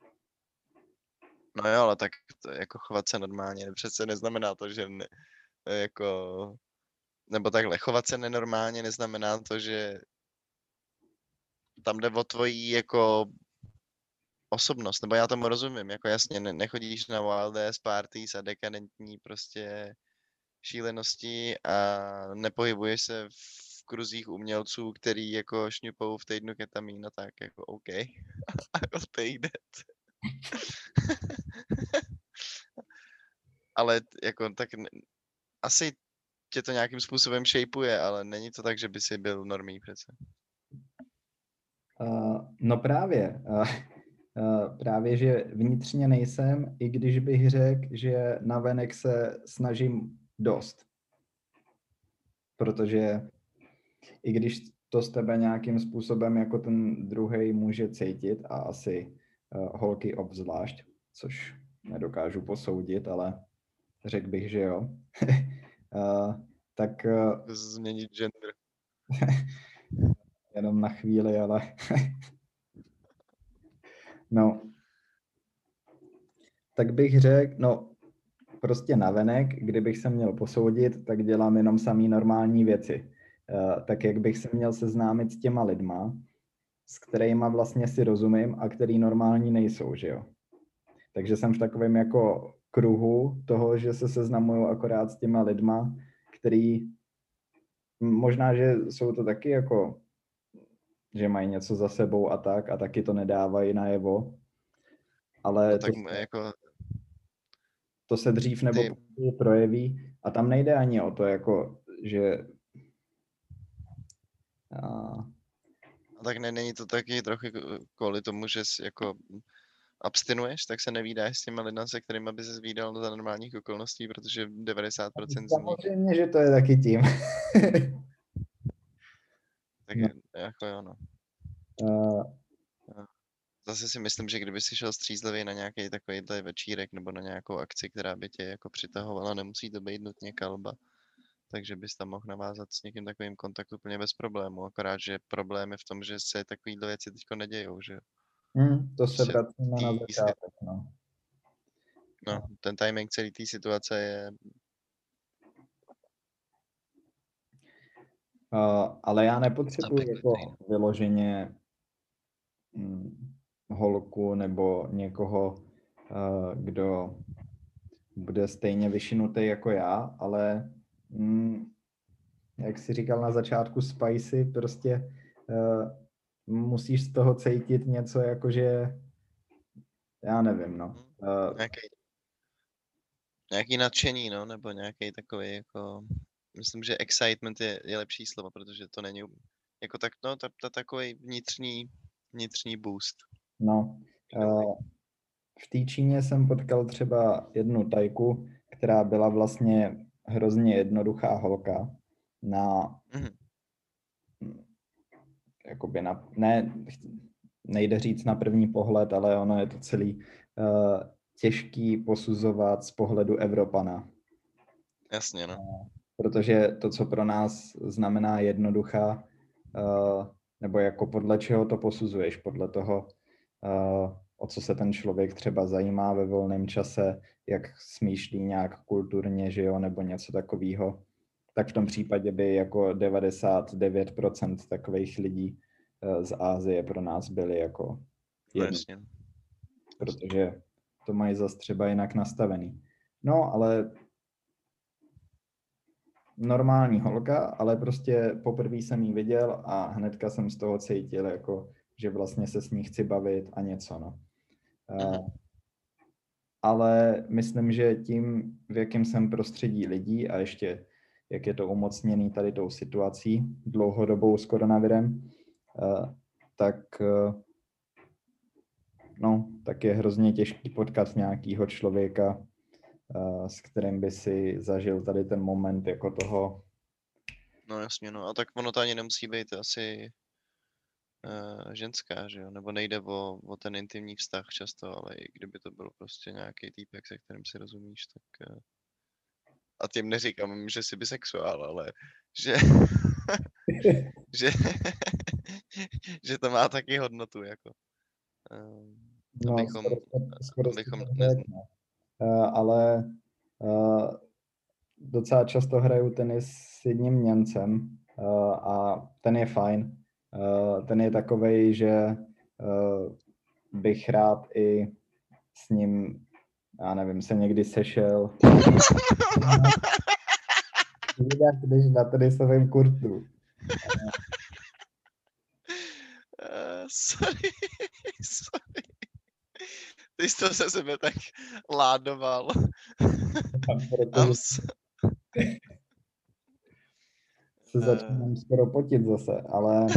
No jo, ale tak to, jako chovat se normálně přece neznamená to, že ne, jako, nebo takhle, chovat se nenormálně neznamená to, že tam jde o tvojí jako osobnost, nebo já tomu rozumím, jako jasně, ne, nechodíš na wild ass parties a dekadentní prostě šíleností a nepohybuješ se v kruzích umělců, který jako šňupou v týdnu ketamín a tak, jako OK. I'll take that. Ale jako tak ne- asi tě to nějakým způsobem shapeuje, ale není to tak, že by si byl normý přece. Uh, no právě. Uh, uh, právě, že vnitřně nejsem, i když bych řekl, že navenek se snažím dost. Protože i když to z tebe nějakým způsobem jako ten druhej může cítit a asi uh, holky obzvlášť, což nedokážu posoudit, ale řekl bych, že jo. uh, tak uh, Změnit gender. jenom na chvíli, ale no, tak bych řekl, no prostě navenek, kdybych se měl posoudit, tak dělám jenom samý normální věci. Uh, tak jak bych se měl seznámit s těma lidma, s kterýma vlastně si rozumím a který normální nejsou, že jo. Takže jsem v takovém jako kruhu toho, že se seznamuju akorát s těma lidma, který možná, že jsou to taky jako, že mají něco za sebou a tak a taky to nedávají najevo, ale No to, tak se, jako to se dřív nebo ty, později projeví a tam nejde ani o to, jako, že a, a tak ne, není to taky trochu kvůli tomu, že jsi jako abstinuješ, tak se nevídáš s těma lidmi, se kterými by se vídal za normálních okolností, protože devadesát procent z nich, samozřejmě, že to je taky tím. tak No. jako jo, no. Uh, Zase si myslím, že kdyby si šel střízlivě na nějaký takovýhle večírek nebo na nějakou akci, která by tě jako přitahovala, nemusí to být nutně kalba, takže bys tam mohl navázat s někým takovým kontakt úplně bez problému, akorát, že problém je v tom, že se takovýhle věci teďko nedějou, že jo. hmm, to se Prostě vracíme na tý- začátek, no. No, ten timing celé té situace je, Uh, ale já nepotřebuji Zapekli jako stejný. vyloženě hm, holku nebo někoho, uh, kdo bude stejně vyšinutý jako já, ale hm, jak jsi říkal na začátku spicy, prostě uh, musíš z toho cítit něco jako, že já nevím, no. Uh, nějaký, nějaký nadšení, no, nebo nějaký takový jako, myslím, že excitement je, je lepší slovo, protože to není jako tak, no, ta, ta takový vnitřní, vnitřní boost. no. Uh, v té Číně jsem potkal třeba jednu tajku, která byla vlastně hrozně jednoduchá holka na, Mhm. jakoby na, ne, nejde říct na první pohled, ale ono je to celý uh, těžký posuzovat z pohledu Evropana. Jasně, no. Uh, protože to, co pro nás znamená jednoduchá, uh, nebo jako podle čeho to posuzuješ, podle toho, uh, o co se ten člověk třeba zajímá ve volném čase, jak smýšlí nějak kulturně, že jo, nebo něco takového, tak v tom případě by jako devadesát devět procent takových lidí uh, z Asie pro nás byly jako No, jedno, jasně. protože to mají zase třeba jinak nastavený. No, ale normální holka, ale prostě poprvé jsem ji viděl a hnedka jsem z toho cítil, jako, že vlastně se s ní chci bavit a něco, no. Mhm. Uh, ale myslím, že tím, v jakém jsem prostředí lidí a ještě jak je to umocněný tady tou situací dlouhodobou s koronavirem, uh, tak uh, no, tak je hrozně těžký potkat nějakýho člověka, uh, s kterým by si zažil tady ten moment jako toho. No jasně, no. A tak ono to ani nemusí být asi uh, ženská, že jo? Nebo nejde o, o ten intimní vztah často, ale i kdyby to byl prostě nějaký týpek, se kterým si rozumíš, tak... Uh, a tím neříkám, že jsi bisexuál, ale že... že, že to má taky hodnotu, jako. Uh, No, abychom, skoro, skoro abychom to ne, řekne. Uh, ale uh, docela často hraju tenis s jedním Němcem uh, a ten je fajn. Uh, ten je takovej, že uh, bych rád i s ním, já nevím, se někdy sešel. Jinak když na tenisovém kurtu. Uh, sorry, sorry. Ty jsi to se sebe tak ládoval. I'm Protože so... se začínám skoro potit zase, ale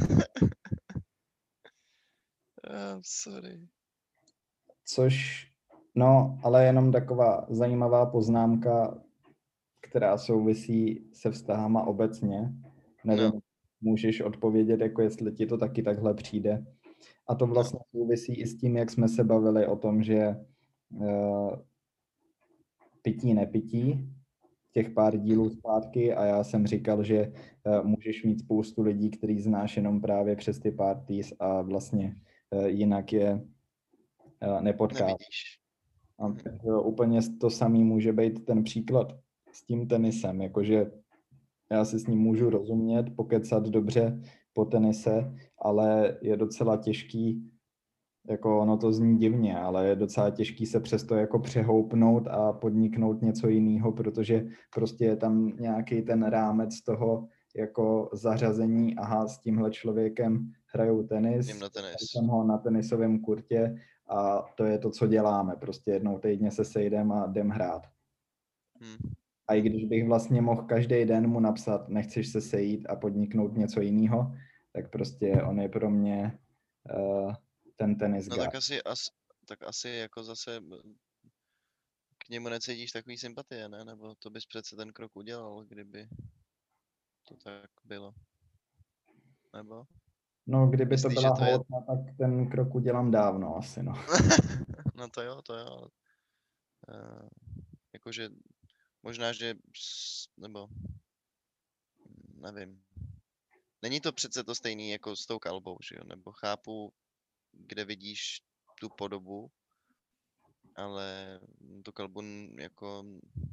I'm sorry. což, no, ale jenom taková zajímavá poznámka, která souvisí se vztahama obecně. Nevím, No. můžeš odpovědět, jako jestli ti to taky takhle přijde. A to vlastně souvisí i s tím, jak jsme se bavili o tom, že uh, pití, nepití, těch pár dílů zpátky a já jsem říkal, že uh, můžeš mít spoustu lidí, který znáš jenom právě přes ty parties a vlastně uh, jinak je uh, nepotkáš. Nevidíš. A tak uh, úplně to samý může být ten příklad s tím tenisem, jakože já si s ním můžu rozumět, pokecat dobře po tenise, ale je docela těžký, jako ono to zní divně, ale je docela těžký se přesto jako přehoupnout a podniknout něco jiného, protože prostě je tam nějaký ten rámec toho jako zařazení, aha, s tímhle člověkem hrajou tenis, na tenis. jsem ho na tenisovém kurtě a to je to, co děláme, prostě jednou týdně se sejdeme a jdem hrát. Hmm. A i když bych vlastně mohl každý den mu napsat, nechceš se sejít a podniknout něco jiného, tak prostě on je pro mě uh, ten tenis No guy. tak asi, as, tak asi jako zase k němu necítíš takový sympatie, ne? Nebo to bys přece ten krok udělal, kdyby to tak bylo. Nebo? No, kdyby Myslíš, to byla to je... holka, tak ten krok udělám dávno asi, no. No to jo, to jo. Uh, jakože možná, že nebo nevím. Není to přece to stejný jako s tou kalbou, že jo? Nebo chápu, kde vidíš tu podobu, ale tu kalbu jako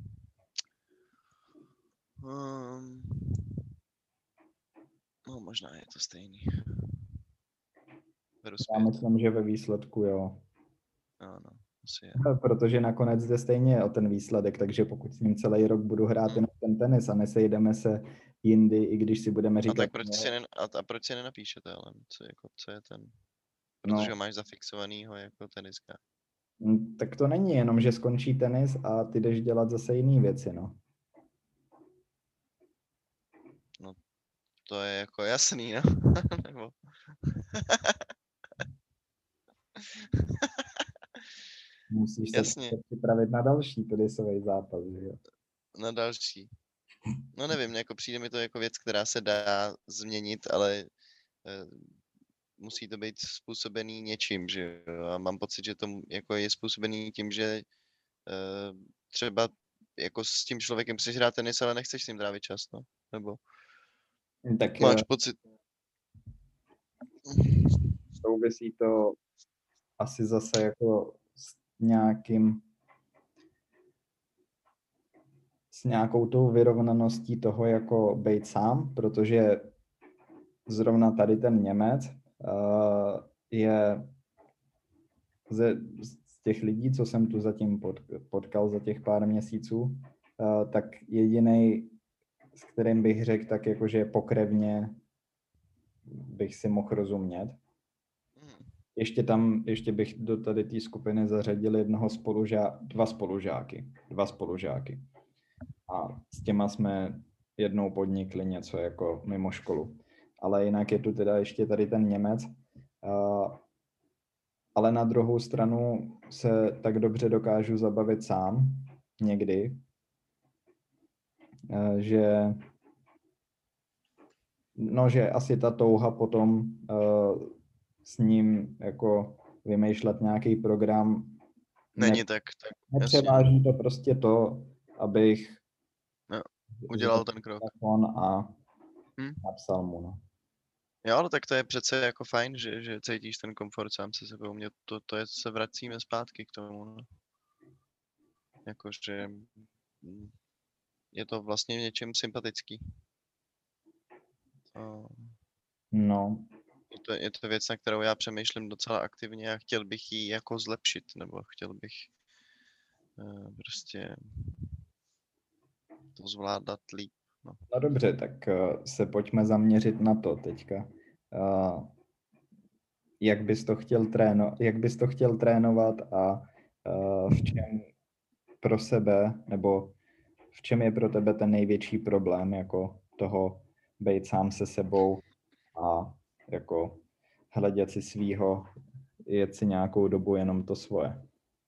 um, no možná je to stejný. Já myslím, že ve výsledku jo. Ano, asi je. Protože nakonec jde stejně o ten výsledek, takže pokud s ním celý rok budu hrát jenom ten tenis a nesejdeme se jindy, i když si budeme říkat... A tak proč si, ne, a, a proč si nenapíšete, ale co, jako, co je ten... Protože no. ho máš zafixovanýho jako teniska. Tak to není jenom, že skončí tenis a ty jdeš dělat zase jiný věci, no. No, to je jako jasný, no. Nebo... Musíš se připravit na další tenisový zápas, že jo? Na další. No nevím, jako přijde mi to jako věc, která se dá změnit, ale uh, musí to být způsobený něčím, že jo? A mám pocit, že to jako je způsobený tím, že uh, třeba jako s tím člověkem chceš hrát tenis, ale nechceš s ním trávit čas, no? Nebo tak, máš pocit... Souvisí to asi zase jako s nějakým s nějakou tou vyrovnaností toho jako bejt sám, protože zrovna tady ten Němec uh, je ze, z těch lidí, co jsem tu zatím pod, potkal za těch pár měsíců, uh, tak jedinej, s kterým bych řekl tak jakože pokrevně bych si mohl rozumět. Ještě tam, ještě bych do tady té skupiny zařadil jednoho spolužá, dva spolužáky, dva spolužáky. A s těma jsme jednou podnikli něco jako mimo školu. Ale jinak je tu teda ještě tady ten Němec. Uh, ale na druhou stranu se tak dobře dokážu zabavit sám někdy, uh, že no, že asi ta touha potom uh, s ním jako vymýšlet nějaký program není ne, tak, tak nepřeváží to prostě to, abych no, udělal ten krok a hmm? napsal mu, no. Jo, ale tak to je přece jako fajn, že, že cítíš ten komfort sám se sebou. Mě to, to je, se vracíme zpátky k tomu, no. Jakože je to vlastně něčem sympatický. To... No. Je to, je to věc, na kterou já přemýšlím docela aktivně a chtěl bych ji jako zlepšit, nebo chtěl bych uh, prostě to zvládat líp. No. No dobře, tak uh, se pojďme zaměřit na to teďka. Uh, jak bys to chtěl tréno, jak bys to chtěl trénovat a uh, v čem pro sebe, nebo v čem je pro tebe ten největší problém jako toho být sám se sebou a jako hledět si svýho, jet si nějakou dobu jenom to svoje.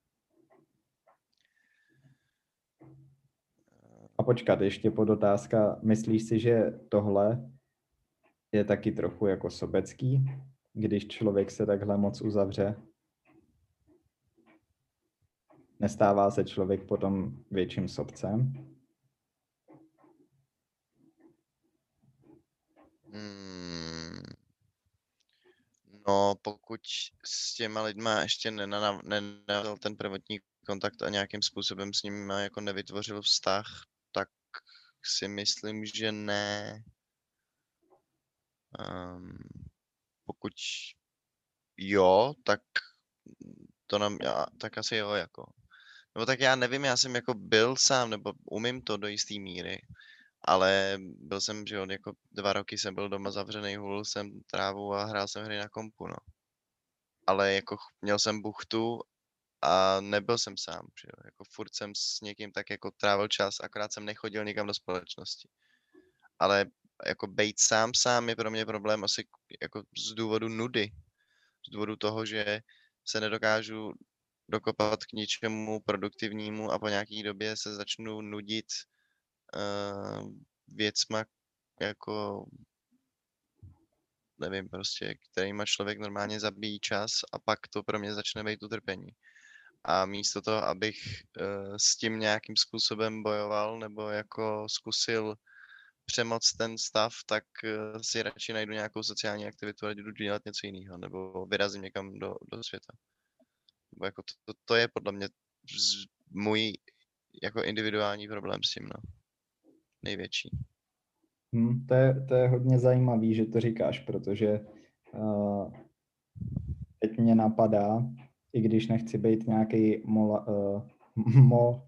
A počkat, ještě podotázka, myslíš si, že tohle je taky trochu jako sobecký, když člověk se takhle moc uzavře? Nestává se člověk potom větším sobcem? Hmm. No, pokud s těma lidma ještě nenavazal ten prvotní kontakt a nějakým způsobem s nimi jako nevytvořil vztah, tak si myslím, že ne. Um, pokud jo, tak to nám, já, tak asi jo, jako. Nebo tak já nevím, já jsem jako byl sám, nebo umím to do jisté míry, ale byl jsem, že on jako dva roky jsem byl doma zavřený, hulil jsem trávu a hrál jsem hry na kompu, no. Ale jako měl jsem buchtu a nebyl jsem sám, že jo. Jako furt jsem s někým tak jako trávil čas, akorát jsem nechodil nikam do společnosti. Ale jako bejt sám sám je pro mě problém asi jako z důvodu nudy. Z důvodu toho, že se nedokážu dokopat k ničemu produktivnímu a po nějaký době se začnu nudit uh, věcma jako nevím prostě, kterýma člověk normálně zabíjí čas a pak to pro mě začne být utrpení. A místo toho, abych uh, s tím nějakým způsobem bojoval nebo jako zkusil přemoc ten stav, tak uh, si radši najdu nějakou sociální aktivitu a jdu dělat něco jiného, nebo vyrazím někam do, do světa. Nebo jako to, to, to je podle mě z, můj jako individuální problém s tím, no. Největší. Hmm, to, je, to je hodně zajímavý, že to říkáš, protože uh, teď mě napadá, i když nechci být nějaký mola, uh, mo,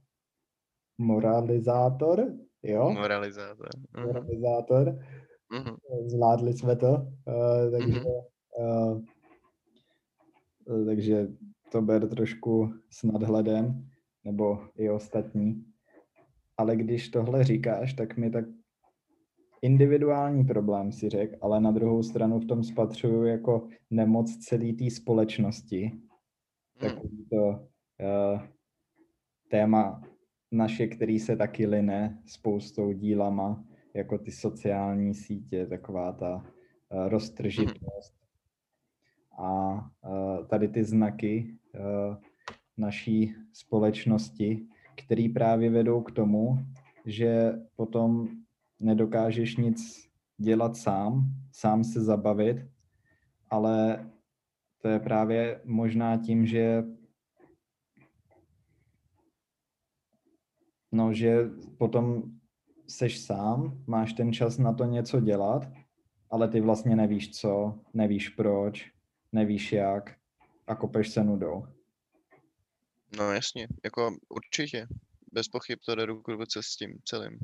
moralizátor, jo? Moralizátor. Uh-huh. Moralizátor. Uh-huh. Zvládli jsme to, uh, takže, uh, takže to ber trošku s nadhledem, nebo i ostatní. Ale když tohle říkáš, tak mi tak individuální problém si řek, ale na druhou stranu v tom spatřuju jako nemoc celé té společnosti. Takový to uh, téma naše, který se taky line spoustou dílama, jako ty sociální sítě, taková ta uh, roztržitost. A uh, tady ty znaky uh, naší společnosti, které právě vedou k tomu, že potom nedokážeš nic dělat sám, sám se zabavit, ale to je právě možná tím, že no, že potom seš sám, máš ten čas na to něco dělat, ale ty vlastně nevíš co, nevíš proč, nevíš jak a kopeš se nudou. No jasně, jako určitě. Bez pochyb to jde ruku v ruce s tím celým.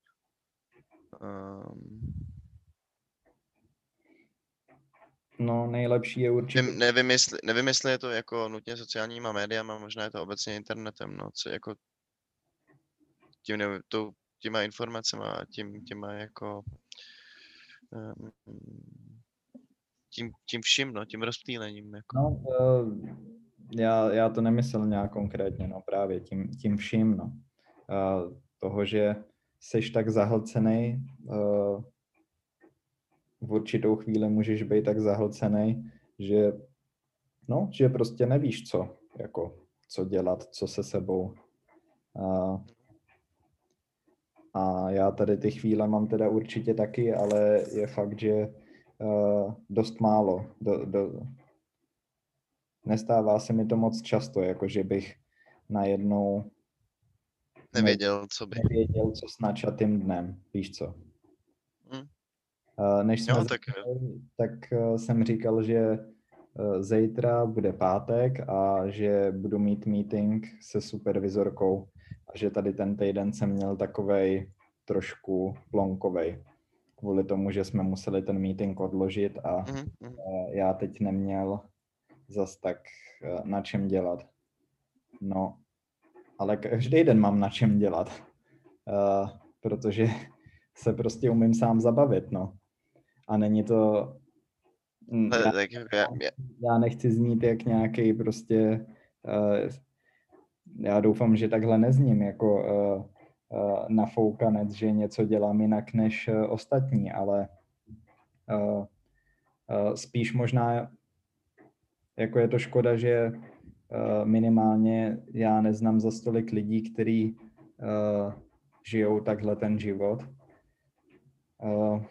Um... No, nejlepší je určitě... Nevím, nevím, jestli, nevím, jestli je to jako nutně sociálníma médiama, možná je to obecně internetem, no, co jako tím, nevím, to, těma informacema a tím, těma jako um, tím, tím vším, no, tím rozptýlením, jako. No, uh, já, já to nemyslel nějak konkrétně, no právě tím, tím vším, no. Uh, toho, že seš tak zahlcený, uh, v určitou chvíli můžeš být tak zahlcený, že no, že prostě nevíš co, jako, co dělat, co se sebou. Uh, a já tady ty chvíle mám teda určitě taky, ale je fakt, že uh, dost málo. Do, do, nestává se mi to moc často, jako že bych najednou Nevěděl, co by. nevěděl, co s načatým dnem, víš co. Hmm. Uh, než jsme Jo, začali, tak... tak uh, jsem říkal, že uh, zítra bude pátek a že budu mít meeting se supervizorkou a že tady ten týden jsem měl takovej trošku plonkovej. Kvůli tomu, že jsme museli ten meeting odložit a Mhm, mhm. já teď neměl zas tak na čem dělat. No, ale každý den mám na čem dělat, uh, protože se prostě umím sám zabavit, no. A není to... Já, Tak, já, já, já nechci znít jak nějaký prostě... Uh, já doufám, že takhle nezním jako uh, uh, nafoukanec, že něco dělám jinak než uh, ostatní, ale uh, uh, spíš možná jako je to škoda, že uh, minimálně já neznám za stolik lidí, kteří uh, žijou takhle ten život. Uh,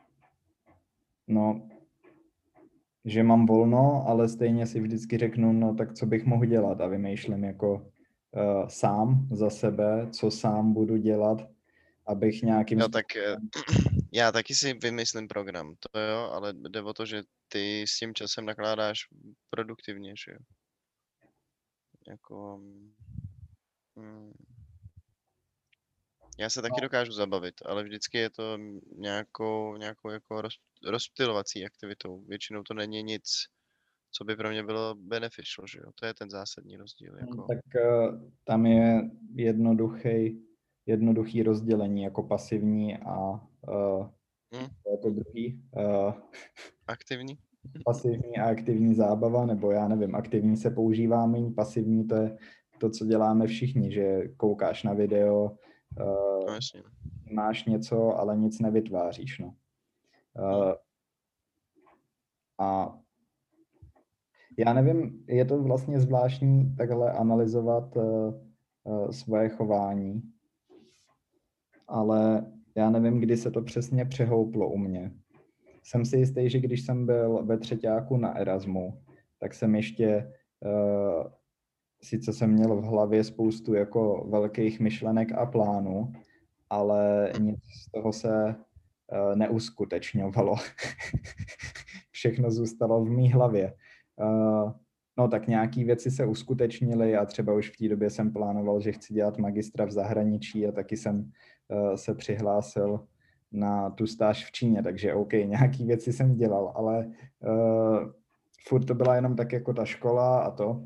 no, že mám volno, ale stejně si vždycky řeknu, no tak co bych mohl dělat a vymýšlím jako uh, sám za sebe, co sám budu dělat, abych nějakým... No tak já taky si vymyslím program, to jo, ale jde o to, že ty s tím časem nakládáš produktivně, že jo. Jako... Hmm. Já se taky dokážu zabavit, ale vždycky je to nějakou, nějakou jako roz, rozptylovací aktivitou. Většinou to není nic, co by pro mě bylo beneficial, že jo. To je ten zásadní rozdíl. Jako... Tak uh, tam je jednoduchý, jednoduchý rozdělení jako pasivní a uh, hmm? je to druhý. Uh, Aktivní? Pasivní a aktivní zábava, nebo já nevím, aktivní se používá méně, pasivní to je to, co děláme všichni, že koukáš na video, uh, No jasně. máš něco, ale nic nevytváříš, no. Uh, Hmm. A já nevím, je to vlastně zvláštní takhle analyzovat uh, uh, svoje chování, ale já nevím, kdy se to přesně přehouplo u mě. Jsem si jistý, že když jsem byl ve třeťáku na Erasmu, tak jsem ještě, uh, sice jsem měl v hlavě spoustu jako velkých myšlenek a plánů, ale nic z toho se uh, neuskutečňovalo. Všechno zůstalo v mý hlavě. Uh, no tak nějaký věci se uskutečnily a třeba už v té době jsem plánoval, že chci dělat magistra v zahraničí a taky jsem uh, se přihlásil na tu stáž v Číně, takže OK, nějaký věci jsem dělal, ale uh, furt to byla jenom tak jako ta škola a to.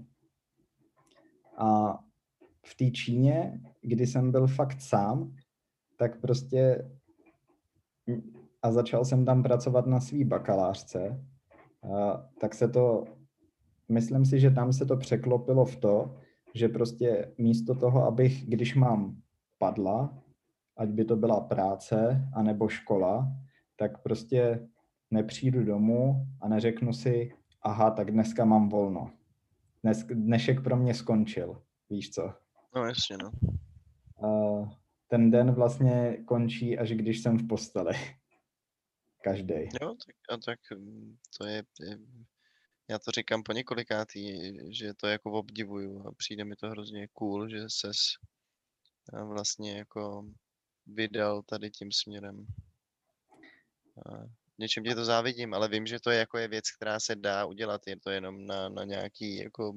A v té Číně, kdy jsem byl fakt sám, tak prostě a začal jsem tam pracovat na svý bakalářce, a tak se to, myslím si, že tam se to překlopilo v to, že prostě místo toho, abych, když mám padla, ať by to byla práce anebo škola, tak prostě nepřijdu domů a neřeknu si, aha, tak dneska mám volno. Dnes, dnešek pro mě skončil, víš co? No jasně, no. Uh, ten den vlastně končí, až když jsem v posteli. Každý. Jo, tak, a tak to je, je, já to říkám po několikátý, že to jako obdivuju a přijde mi to hrozně cool, že ses vlastně jako vydal tady tím směrem. A něčem tě to závidím, ale vím, že to je jako je věc, která se dá udělat, je to jenom na, na nějaký jako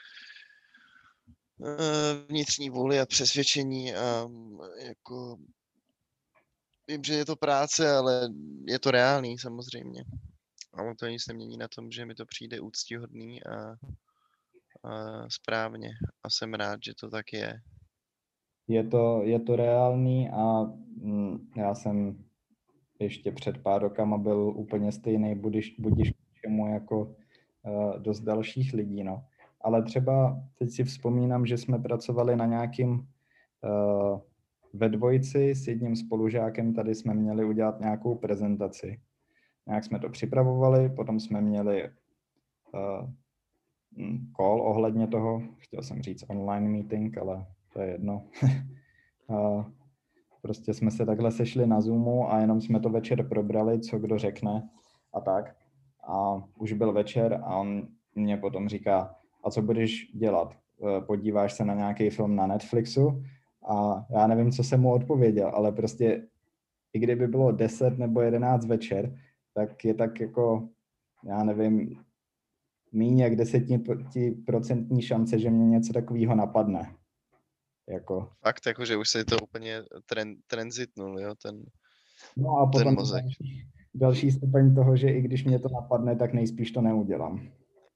vnitřní vůli a přesvědčení a jako vím, že je to práce, ale je to reálný samozřejmě. Ale to nic nemění na tom, že mi to přijde úctíhodný a, a správně. A jsem rád, že to tak je. Je to, je to reálný a mm, já jsem ještě před pár rokama byl úplně stejný budiš, budiš k čemu jako uh, dost dalších lidí, no. Ale třeba teď si vzpomínám, že jsme pracovali na nějakým uh, ve dvojici s jedním spolužákem, tady jsme měli udělat nějakou prezentaci. Nějak jsme to připravovali, potom jsme měli uh, call ohledně toho, chtěl jsem říct online meeting, ale to je jedno. uh, prostě jsme se takhle sešli na Zoomu a jenom jsme to večer probrali, co kdo řekne a tak. A už byl večer a on mě potom říká, a co budeš dělat? Podíváš se na nějaký film na Netflixu? A já nevím, co jsem mu odpověděl, ale prostě i kdyby bylo deset nebo jedenáct večer, tak je tak jako, já nevím, míň jak desetiprocentní šance, že mě něco takového napadne. Jako. Fakt, jakože už se to úplně tren, tranzitnul, jo, ten, No a ten potom mozek. další, další stupeň toho, že i když mě to napadne, tak nejspíš to neudělám.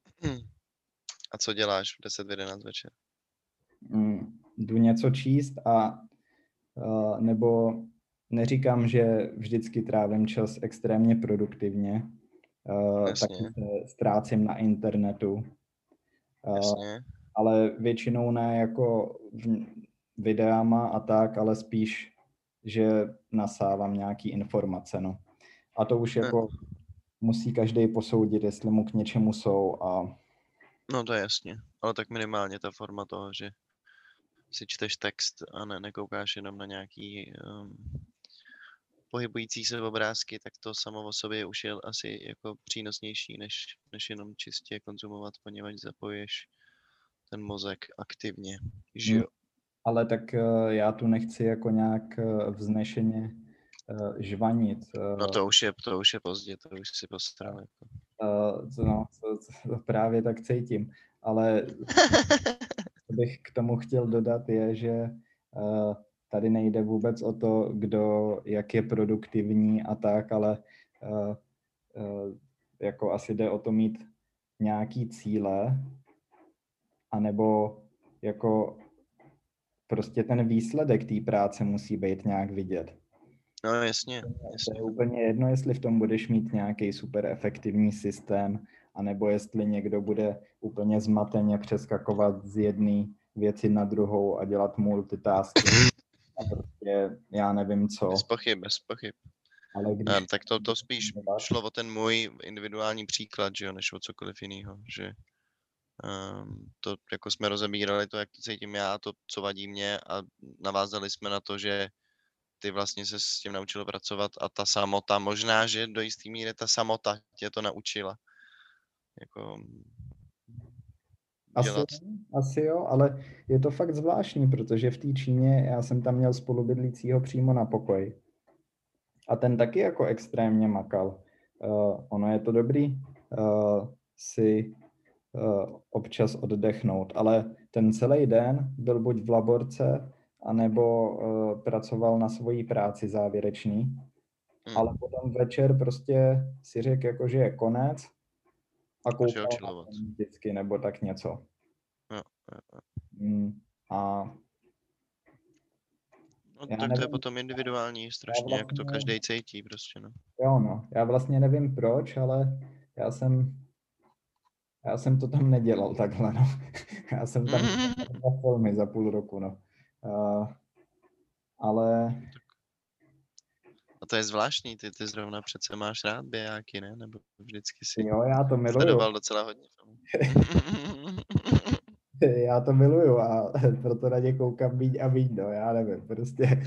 A co děláš v deset v jedenáct večer? Mm, jdu něco číst a uh, nebo neříkám, že vždycky trávím čas extrémně produktivně, uh, taky Jasně, se ztrácím na internetu, uh, jasně. ale většinou ne jako v, videama a tak, ale spíš, že nasávám nějaký informace, no. A to už jako musí každý posoudit, jestli mu k něčemu jsou a No to je jasně, ale tak minimálně ta forma toho, že si čteš text a ne, nekoukáš jenom na nějaký um, pohybující se obrázky, tak to samo o sobě už je asi jako přínosnější, než, než jenom čistě konzumovat, poněvadž zapoješ ten mozek aktivně, že jo? ale tak uh, já tu nechci jako nějak uh, vznešeně uh, žvanit. No Uh, to už je, to už je pozdě, to už si postral. Jako. uh, co, no, co, co právě tak cítím. Ale co bych k tomu chtěl dodat je, že uh, tady nejde vůbec o to, kdo jak je produktivní a tak, ale uh, uh, jako asi jde o to mít nějaký cíle, anebo jako prostě ten výsledek té práce musí být nějak vidět. No jasně, To jasně. je úplně jedno, jestli v tom budeš mít nějaký super efektivní systém, anebo jestli někdo bude úplně zmateně přeskakovat z jedné věci na druhou a dělat multitasking. A prostě já nevím co. Bez pochyb, bez pochyb. Ale když... A, tak to, to spíš šlo o ten můj individuální příklad, že jo, než o cokoliv jiného, že um, to jako jsme rozebírali to, jak to cítím já, to, co vadí mě a navázali jsme na to, že ty vlastně se s tím naučil pracovat a ta samota, možná, že do jistý míry ta samota tě to naučila. Jako Asi, dělat. asi jo, ale je to fakt zvláštní, protože v té Číně já jsem tam měl spolubydlícího přímo na pokoji. A ten taky jako extrémně makal. Uh, ono je to dobrý uh, si uh, občas oddechnout, ale ten celý den byl buď v laborce, anebo uh, pracoval na svojí práci závěrečný. Hmm. Ale potom večer prostě si řekl, jako, že je konec a koukal na ten vždycky, nebo tak něco. Jo, jo, jo. Mm, a no tak nevím, to je potom individuální, strašně, vlastně, jak to každý cítí prostě, no. Jo, no, já vlastně nevím proč, ale já jsem Já jsem to tam nedělal takhle, no. Já jsem tam dělal filmy za půl roku, no. Uh, ale... A to je zvláštní, ty, ty zrovna přece máš rád bijáky, ne? Nebo vždycky si jo, já to miluju. sledoval docela hodně filmů. Já to miluju a proto na ně koukám míň a míň, no, já nevím, prostě.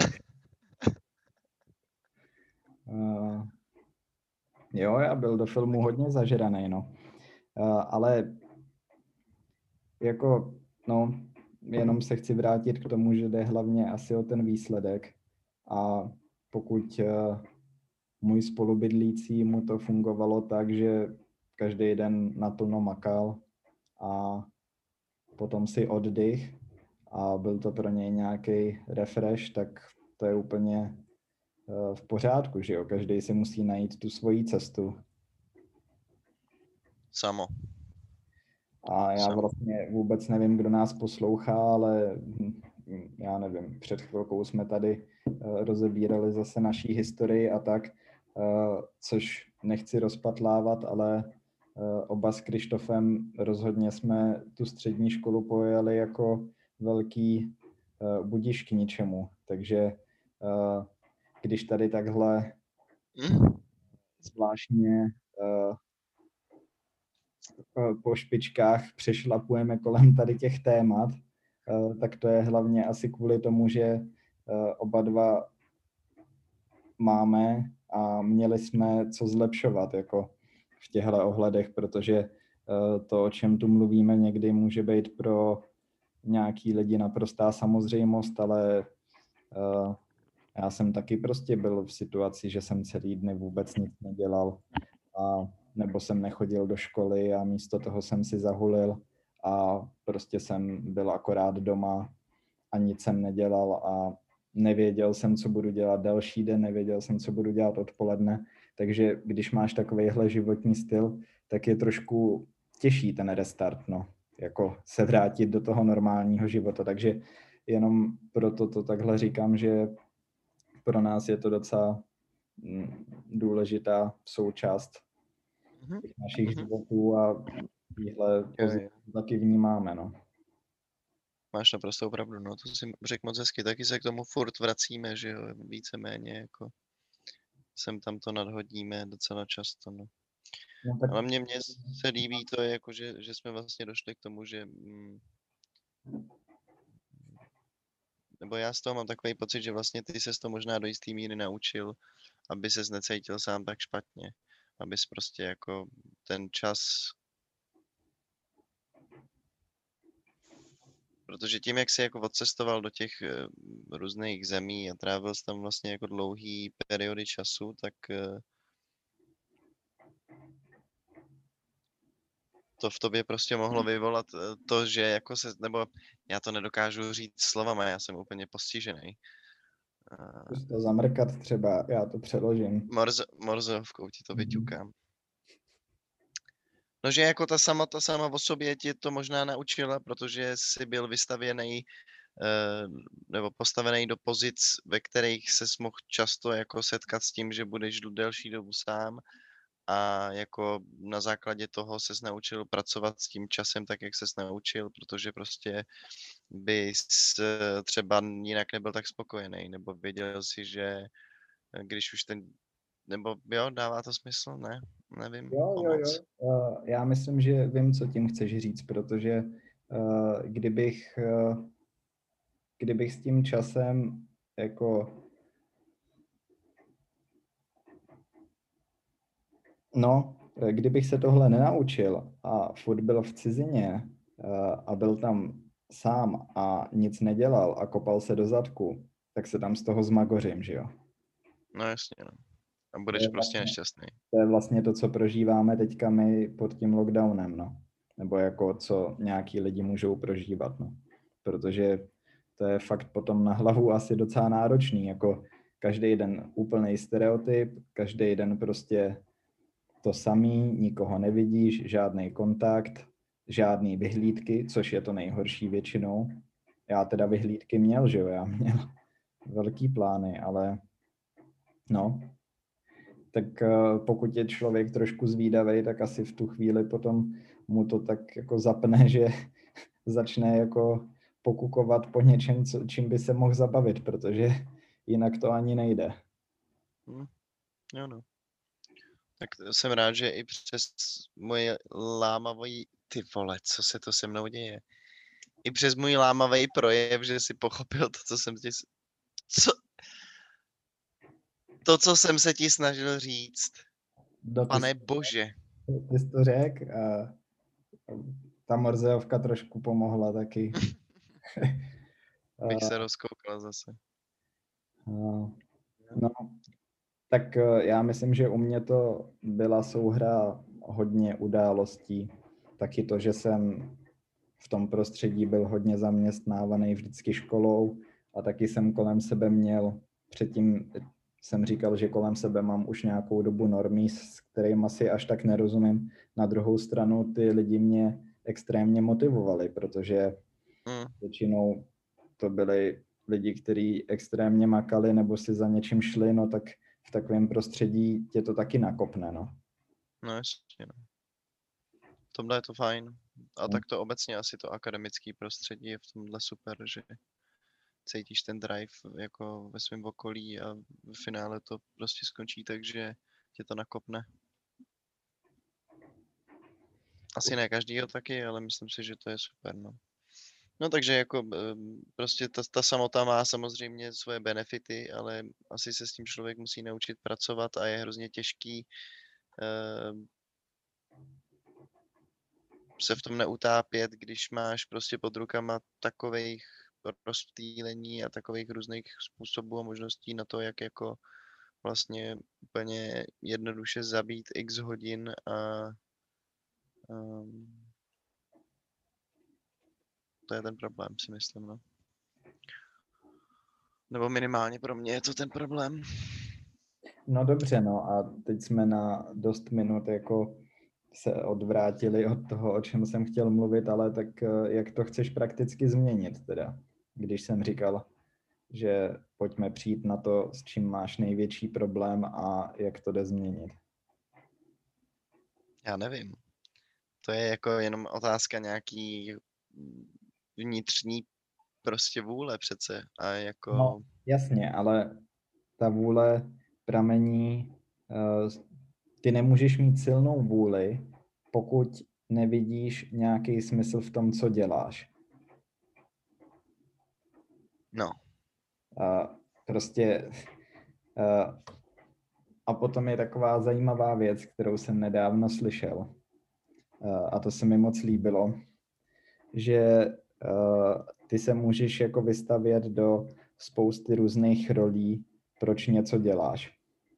Uh, jo, já byl do filmu hodně zažranej, no. Uh, ale jako, no, jenom se chci vrátit k tomu, že jde hlavně asi o ten výsledek. A pokud uh, můj spolubydlící mu to fungovalo tak, že každý den naplno makal a potom si oddych a byl to pro něj nějaký refresh, tak to je úplně uh, v pořádku, že jo? Každý si musí najít tu svoji cestu. Samo. A já vlastně vůbec nevím, kdo nás poslouchá, ale já nevím, před chvilkou jsme tady rozebírali zase naší historii a tak, což nechci rozpatlávat, ale oba s Krištofem rozhodně jsme tu střední školu pojeli jako velký budiš k ničemu. Takže když tady takhle zvláštně po špičkách přešlapujeme kolem tady těch témat, tak to je hlavně asi kvůli tomu, že oba dva máme a měli jsme co zlepšovat jako v těchto ohledech, protože to, o čem tu mluvíme, někdy může být pro nějaký lidi naprostá samozřejmost, ale já jsem taky prostě byl v situaci, že jsem celý dny vůbec nic nedělal a nebo jsem nechodil do školy a místo toho jsem si zahulil a prostě jsem byl akorát doma a nic jsem nedělal a nevěděl jsem, co budu dělat další den, nevěděl jsem, co budu dělat odpoledne, takže když máš takovejhle životní styl, tak je trošku těžší ten restart, no, jako se vrátit do toho normálního života, takže jenom proto to takhle říkám, že pro nás je to docela důležitá součást těch našich Mhm. životů a tíhle Jo, pozici jo. taky vnímáme, no. Máš naprostou pravdu, no, to si řekl moc hezky, taky se k tomu furt vracíme, že jo, víceméně jako sem tam to nadhodíme docela často, no. No tak Ale mně, mně se líbí to, jako, že, že jsme vlastně došli k tomu, že mm, nebo já z toho mám takový pocit, že vlastně ty ses to možná do jistý míry naučil, aby ses necítil sám tak špatně. Abys prostě jako ten čas, protože tím, jak jsi jako odcestoval do těch eh, různých zemí a trávil jsi tam vlastně jako dlouhý periody času, tak eh, to v tobě prostě mohlo vyvolat eh, to, že jako se, nebo já to nedokážu říct slovama, já jsem úplně postižený. Uh, zkus to zamrkat třeba, já to přeložím. morze, morzovkou ti to Mhm. vyťukám. No, že jako ta samota sama o sobě ti to možná naučila, protože jsi byl vystavěný eh, nebo postavený do pozic, ve kterých ses mohl často jako setkat s tím, že budeš delší dobu sám a jako na základě toho ses naučil pracovat s tím časem tak, jak ses naučil, protože prostě bys eh, třeba jinak nebyl tak spokojený, nebo věděl si, že eh, když už ten, nebo jo, dává to smysl? Ne, nevím, Jo, jo, jo. pomoc. Uh, já myslím, že vím, co tím chceš říct, protože uh, kdybych, uh, kdybych s tím časem jako no, kdybych se tohle nenaučil a furt byl v cizině uh, a byl tam sám a nic nedělal a kopal se do zadku, tak se tam z toho zmagořím, že jo? No jasně, no. A To budeš je prostě vlastně, nešťastný. to je vlastně to, co prožíváme teďka my pod tím lockdownem, no. Nebo jako co nějaký lidi můžou prožívat, no. Protože to je fakt potom na hlavu asi docela náročný, jako každý den úplný stereotyp, každý den prostě to samý, nikoho nevidíš, žádný kontakt, žádný vyhlídky, což je to nejhorší většinou. Já teda vyhlídky měl, že jo, já měl velký plány, ale no, tak pokud je člověk trošku zvídavý, tak asi v tu chvíli potom mu to tak jako zapne, že začne jako pokukovat po něčem, co, čím by se mohl zabavit, protože jinak to ani nejde. Hm. Jo, no. Tak jsem rád, že i přes moje lámavý, ty vole, co se to se mnou děje? I přes můj lámavý projev, že si pochopil to, co jsem ti... Co? To, co jsem se ti snažil říct. No, Pane bože. ty jsi to řekl a ta morzeovka trošku pomohla taky. Bych se rozkoukal zase. No, tak já myslím, že u mě to byla souhra hodně událostí. Taky to, že jsem v tom prostředí byl hodně zaměstnávaný vždycky školou a taky jsem kolem sebe měl, předtím jsem říkal, že kolem sebe mám už nějakou dobu normy, s kterými asi až tak nerozumím. Na druhou stranu ty lidi mě extrémně motivovali, protože Mm. většinou to byli lidi, kteří extrémně makali nebo si za něčím šli, no tak v takovém prostředí tě to taky nakopne, no. No jasně, no. V tomhle je to fajn. A tak to obecně asi to akademické prostředí je v tomhle super, že cítíš ten drive jako ve svém okolí a v finále to prostě skončí tak, že tě to nakopne. Asi ne každýho taky, ale myslím si, že to je super, no. No takže jako prostě ta, ta samota má samozřejmě svoje benefity, ale asi se s tím člověk musí naučit pracovat a je hrozně těžký eh, se v tom neutápět, když máš prostě pod rukama takových rozptýlení a takových různých způsobů a možností na to, jak jako vlastně úplně jednoduše zabít x hodin a um, to je ten problém, si myslím, no. Nebo minimálně pro mě je to ten problém. No dobře, no a teď jsme na dost minut jako se odvrátili od toho, o čem jsem chtěl mluvit, ale tak eh, jak to chceš prakticky změnit teda, když jsem říkal, že pojďme přijít na to, s čím máš největší problém a jak to jde změnit. Já nevím. To je jako jenom otázka nějaký vnitřní prostě vůle přece. A jako... No, jasně, ale ta vůle pramení, eh, ty nemůžeš mít silnou vůli, pokud nevidíš nějaký smysl v tom, co děláš. No. A prostě a, a potom je taková zajímavá věc, kterou jsem nedávno slyšel, a, a to se mi moc líbilo, že a, ty se můžeš jako vystavět do spousty různých rolí, proč něco děláš.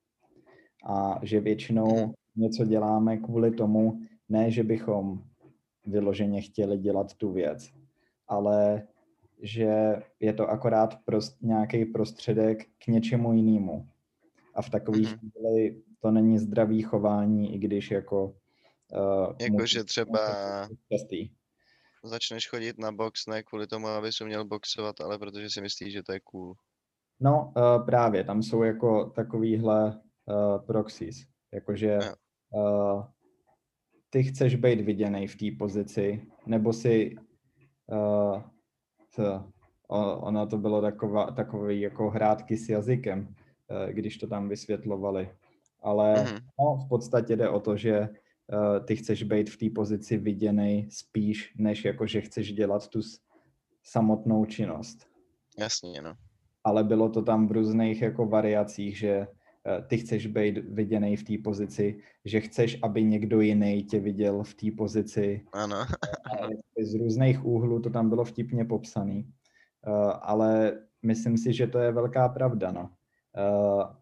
A že většinou něco děláme kvůli tomu, ne, že bychom vyloženě chtěli dělat tu věc, ale že je to akorát prost, nějaký prostředek k něčemu jinému. A v takových Mhm. chvíli to není zdravý chování, i když jako... Uh, Jakože třeba častý. začneš chodit na box ne kvůli tomu, abys uměl boxovat, ale protože si myslíš, že to je cool. No uh, právě, tam jsou jako takovýhle uh, proxies. Jakože uh, ty chceš být viděnej v té pozici, nebo si... Uh, to, ono to bylo taková, takový jako hrátky s jazykem, když to tam vysvětlovali. Ale Mhm. no, v podstatě jde o to, že uh, ty chceš být v té pozici viděnej spíš, než jako, že chceš dělat tu samotnou činnost. Jasně, no. Ale bylo to tam v různých jako variacích, že uh, ty chceš být viděnej v té pozici, že chceš, aby někdo jiný tě viděl v té pozici. Ano. A z různých úhlů to tam bylo vtipně popsaný. Uh, ale myslím si, že to je velká pravda, no. Uh,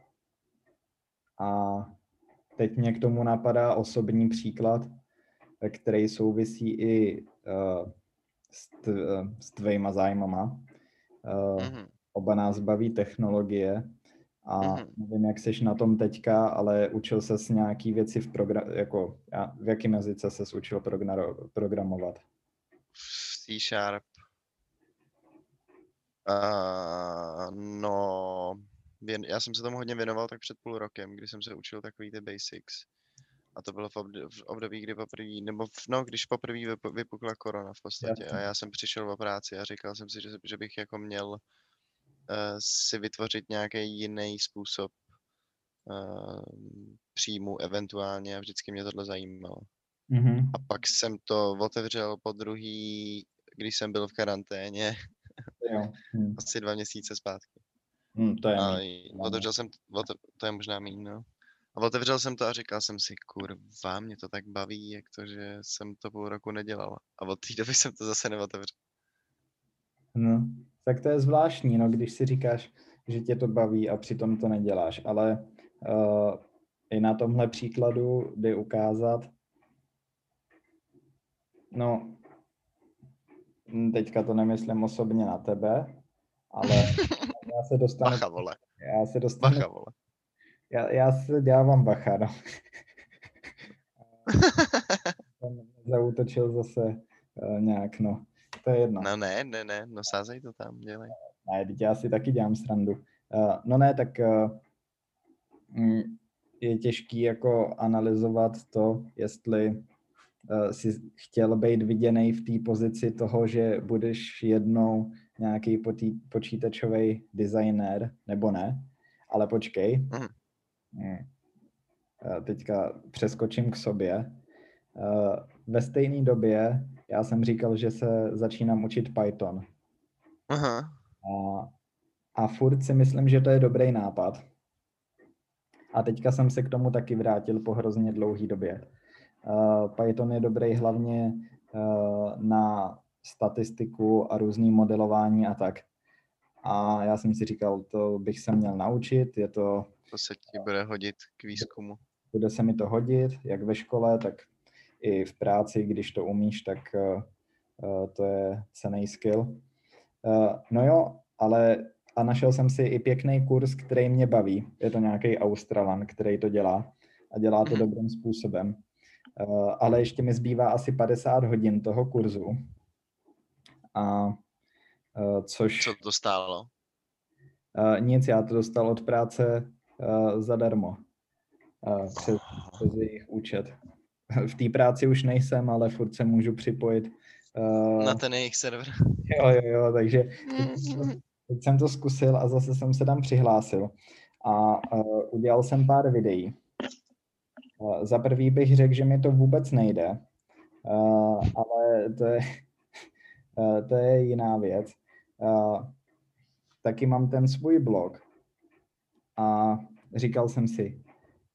a teď mě k tomu napadá osobní příklad, který souvisí i uh, s, t, uh, s tvejma zájmama. Uh, Mhm. Oba nás baví technologie a Mhm. nevím, jak seš na tom teďka, ale učil ses nějaký věci v program, jako já, v jakém jazyce ses učil program, programovat? C Sharp. Uh, no, věn, já jsem se tomu hodně věnoval tak před půl rokem, kdy jsem se učil takový ty basics. A to bylo v, obd- v období, kdy poprvé, nebo v, no, když poprvé vyp- vypukla korona v podstatě. A já jsem přišel o práci a říkal jsem si, že, že bych jako měl uh, si vytvořit nějaký jiný způsob uh, příjmu eventuálně a vždycky mě tohle zajímalo. Mm-hmm. A pak jsem to otevřel po druhý, když jsem byl v karanténě. Jo. Hmm. Asi dva měsíce zpátky. Hmm, to je A míň. otevřel jsem, otev, to je možná míň, no. A otevřel jsem to a říkal jsem si, kurva, mě to tak baví, jak to, že jsem to půl roku nedělal. A od té doby jsem to zase neotevřel. No, tak to je zvláštní, no, když si říkáš, že tě to baví a přitom to neděláš, ale uh, i na tomhle příkladu jde ukázat, no, teďka to nemyslím osobně na tebe, ale já se dostanu... Bacha, vole. Já se dostanu... Bacha, vole. Já, já se dávám bacha, no. Jsem zaútočil zase uh, nějak, no. To je jedno. No ne, ne, ne, no sázej to tam, dělej. Ne, teď já si taky dělám srandu. Uh, no ne, tak uh, je těžký jako analyzovat to, jestli uh, si chtěl být viděný v té pozici toho, že budeš jednou nějaký potý, počítačový designér, nebo ne. Ale počkej. Mhm. Uh, teďka přeskočím k sobě. Uh, ve stejné době já jsem říkal, že se začínám učit Python. Aha. A, a furt si myslím, že to je dobrý nápad. A teďka jsem se k tomu taky vrátil po hrozně dlouhé době. Uh, Python je dobrý hlavně uh, na statistiku a různý modelování a tak. A já jsem si říkal, to bych se měl naučit, je to... To se ti bude hodit k výzkumu. Bude se mi to hodit, jak ve škole, tak i v práci, když to umíš, tak uh, uh, to je cenný skill. Uh, no jo, ale a našel jsem si i pěkný kurz, který mě baví. Je to nějaký Australan, který to dělá a dělá to Mhm. dobrým způsobem. Uh, ale ještě mi zbývá asi padesát hodin toho kurzu. A uh, což... Co to stálo? Uh, nic, já to dostal od práce uh, zadarmo. Uh, přes, přes jejich účet. V té práci už nejsem, ale furt se můžu připojit. Uh, Na ten jejich server. Jo, jo, jo, takže teď jsem, to, teď jsem to zkusil a zase jsem se tam přihlásil. A uh, udělal jsem pár videí. Uh, za prvý bych řekl, že mi to vůbec nejde, uh, ale to je, uh, to je jiná věc. Uh, taky mám ten svůj blog a říkal jsem si,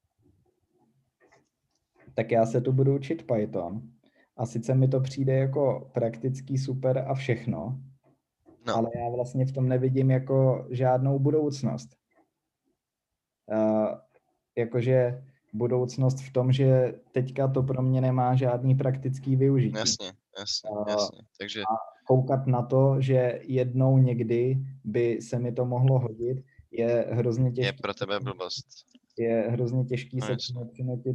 tak já se tu budu učit Python a sice mi to přijde jako praktický super a všechno, No. ale já vlastně v tom nevidím jako žádnou budoucnost. Uh, jakože budoucnost v tom, že teďka to pro mě nemá žádný praktický využití. Jasně, jasně, Uh, jasně. Takže a koukat na to, že jednou někdy by se mi to mohlo hodit, je hrozně těžké. je pro tebe blbost. Je hrozně těžký No, se jasně. tomu přinutit.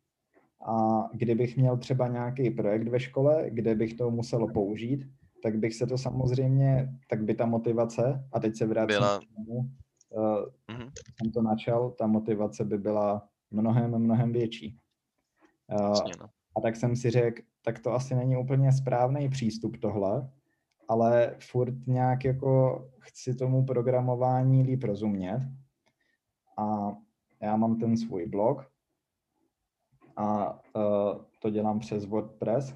A kdybych měl třeba nějaký projekt ve škole, kde bych to muselo použít, tak bych se to samozřejmě, tak by ta motivace, a teď se vrátím Byla... k tomu, uh, Mhm. jsem to načal, ta motivace by byla mnohem, mnohem větší. Uh, Jasně, no. a tak jsem si řekl, tak to asi není úplně správný přístup tohle, ale furt nějak jako chci tomu programování líp rozumět. A já mám ten svůj blog a uh, to dělám přes WordPress.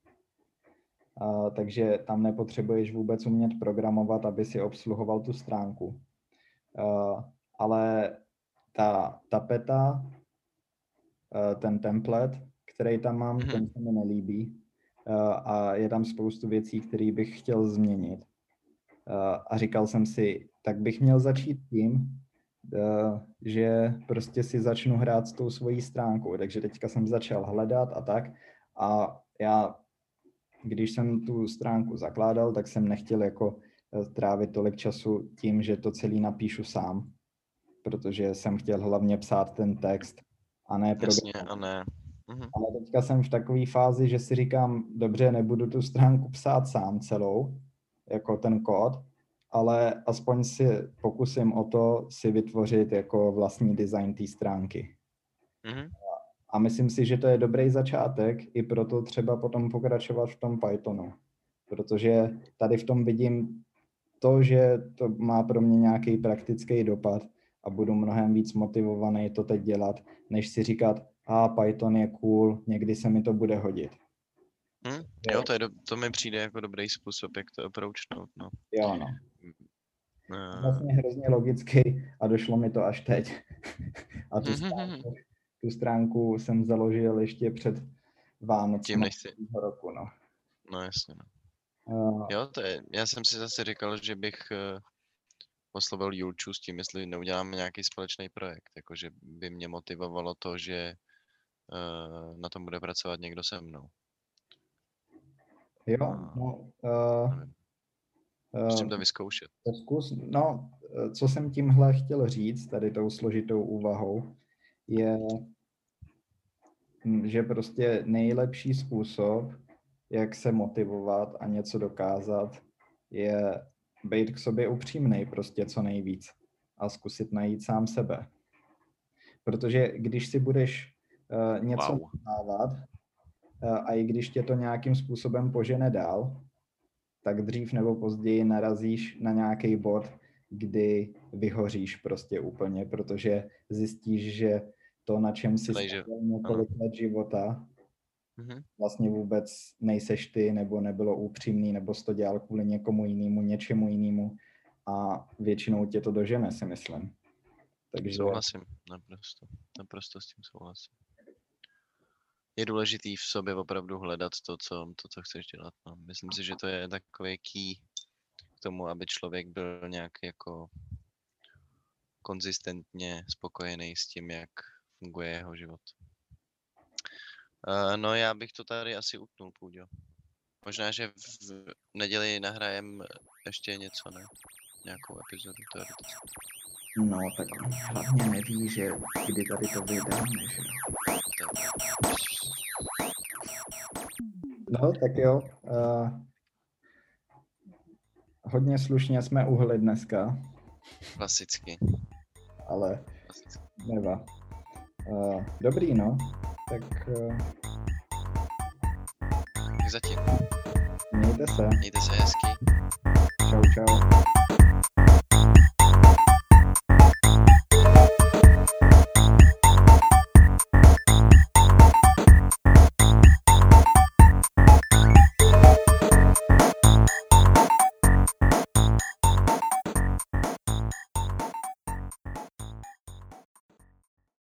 Uh, takže tam nepotřebuješ vůbec umět programovat, aby si obsluhoval tu stránku. Uh, ale ta tapeta, uh, ten template, který tam mám, Mhm. ten se mi nelíbí. Uh, a je tam spoustu věcí, které bych chtěl změnit. Uh, a říkal jsem si, tak bych měl začít tím, uh, že prostě si začnu hrát s tou svojí stránkou. Takže teďka jsem začal hledat a tak. A já, když jsem tu stránku zakládal, tak jsem nechtěl jako trávit tolik času tím, že to celý napíšu sám. Protože jsem chtěl hlavně psát ten text a ne Jasně, programovat. a ne. Mhm. Ale teďka jsem v takové fázi, že si říkám, dobře, nebudu tu stránku psát sám celou, jako ten kód, ale aspoň si pokusím o to si vytvořit jako vlastní design té stránky. Mhm. A myslím si, že to je dobrý začátek, i proto třeba potom pokračovat v tom Pythonu. Protože tady v tom vidím to, že to má pro mě nějaký praktický dopad a budu mnohem víc motivovaný to teď dělat, než si říkat, a Python je cool, někdy se mi to bude hodit. Hm? Jo, to, je do, to mi přijde jako dobrý způsob, jak to approachnout, no. Jo, no. Uh... Vlastně hrozně logický a došlo mi to až teď. A tu stránku, tu stránku jsem založil ještě před Vánocem roku, no. No jasně, no. Uh, jo, to je, já jsem si zase říkal, že bych uh, oslovil Julču s tím, jestli neuděláme nějaký společný projekt, jakože by mě motivovalo to, že uh, na tom bude pracovat někdo se mnou. Jo, uh, no... Uh, Musím to vyzkoušet. Zkus, no, co jsem tímhle chtěl říct, tady tou složitou úvahou, je, že prostě nejlepší způsob, jak se motivovat a něco dokázat, je být k sobě upřímnej prostě co nejvíc a zkusit najít sám sebe. Protože když si budeš uh, něco wow. dávat uh, a i když tě to nějakým způsobem požene dál, tak dřív nebo později narazíš na nějaký bod, kdy vyhoříš prostě úplně, protože zjistíš, že to, na čem jsi strávil několik let života, mm-hmm. vlastně vůbec nejseš ty, nebo nebylo upřímný, nebo jsi to dělal kvůli někomu jinému, něčemu jinému a většinou tě to dožene, si myslím. Takže... Souhlasím, naprosto, naprosto s tím souhlasím. Je důležitý v sobě opravdu hledat to, co, to, co chceš dělat. No. Myslím si, že to je takový key k tomu, aby člověk byl nějak jako konzistentně spokojený s tím, jak funguje jeho život. Uh, no já bych to tady asi utnul, Půďo. Možná, že v neděli nahrajem ještě něco, ne? nějakou epizodu teoreticky. No, tak hlavně neví, že kdy tady to vydáme, že jo. No, tak jo. Uh, hodně slušně jsme uhli dneska. Klasicky. Ale Klasicky. neva. Uh, dobrý, no. Tak uh, Tak zatím. mějte se. Mějte se hezky. Čau, čau.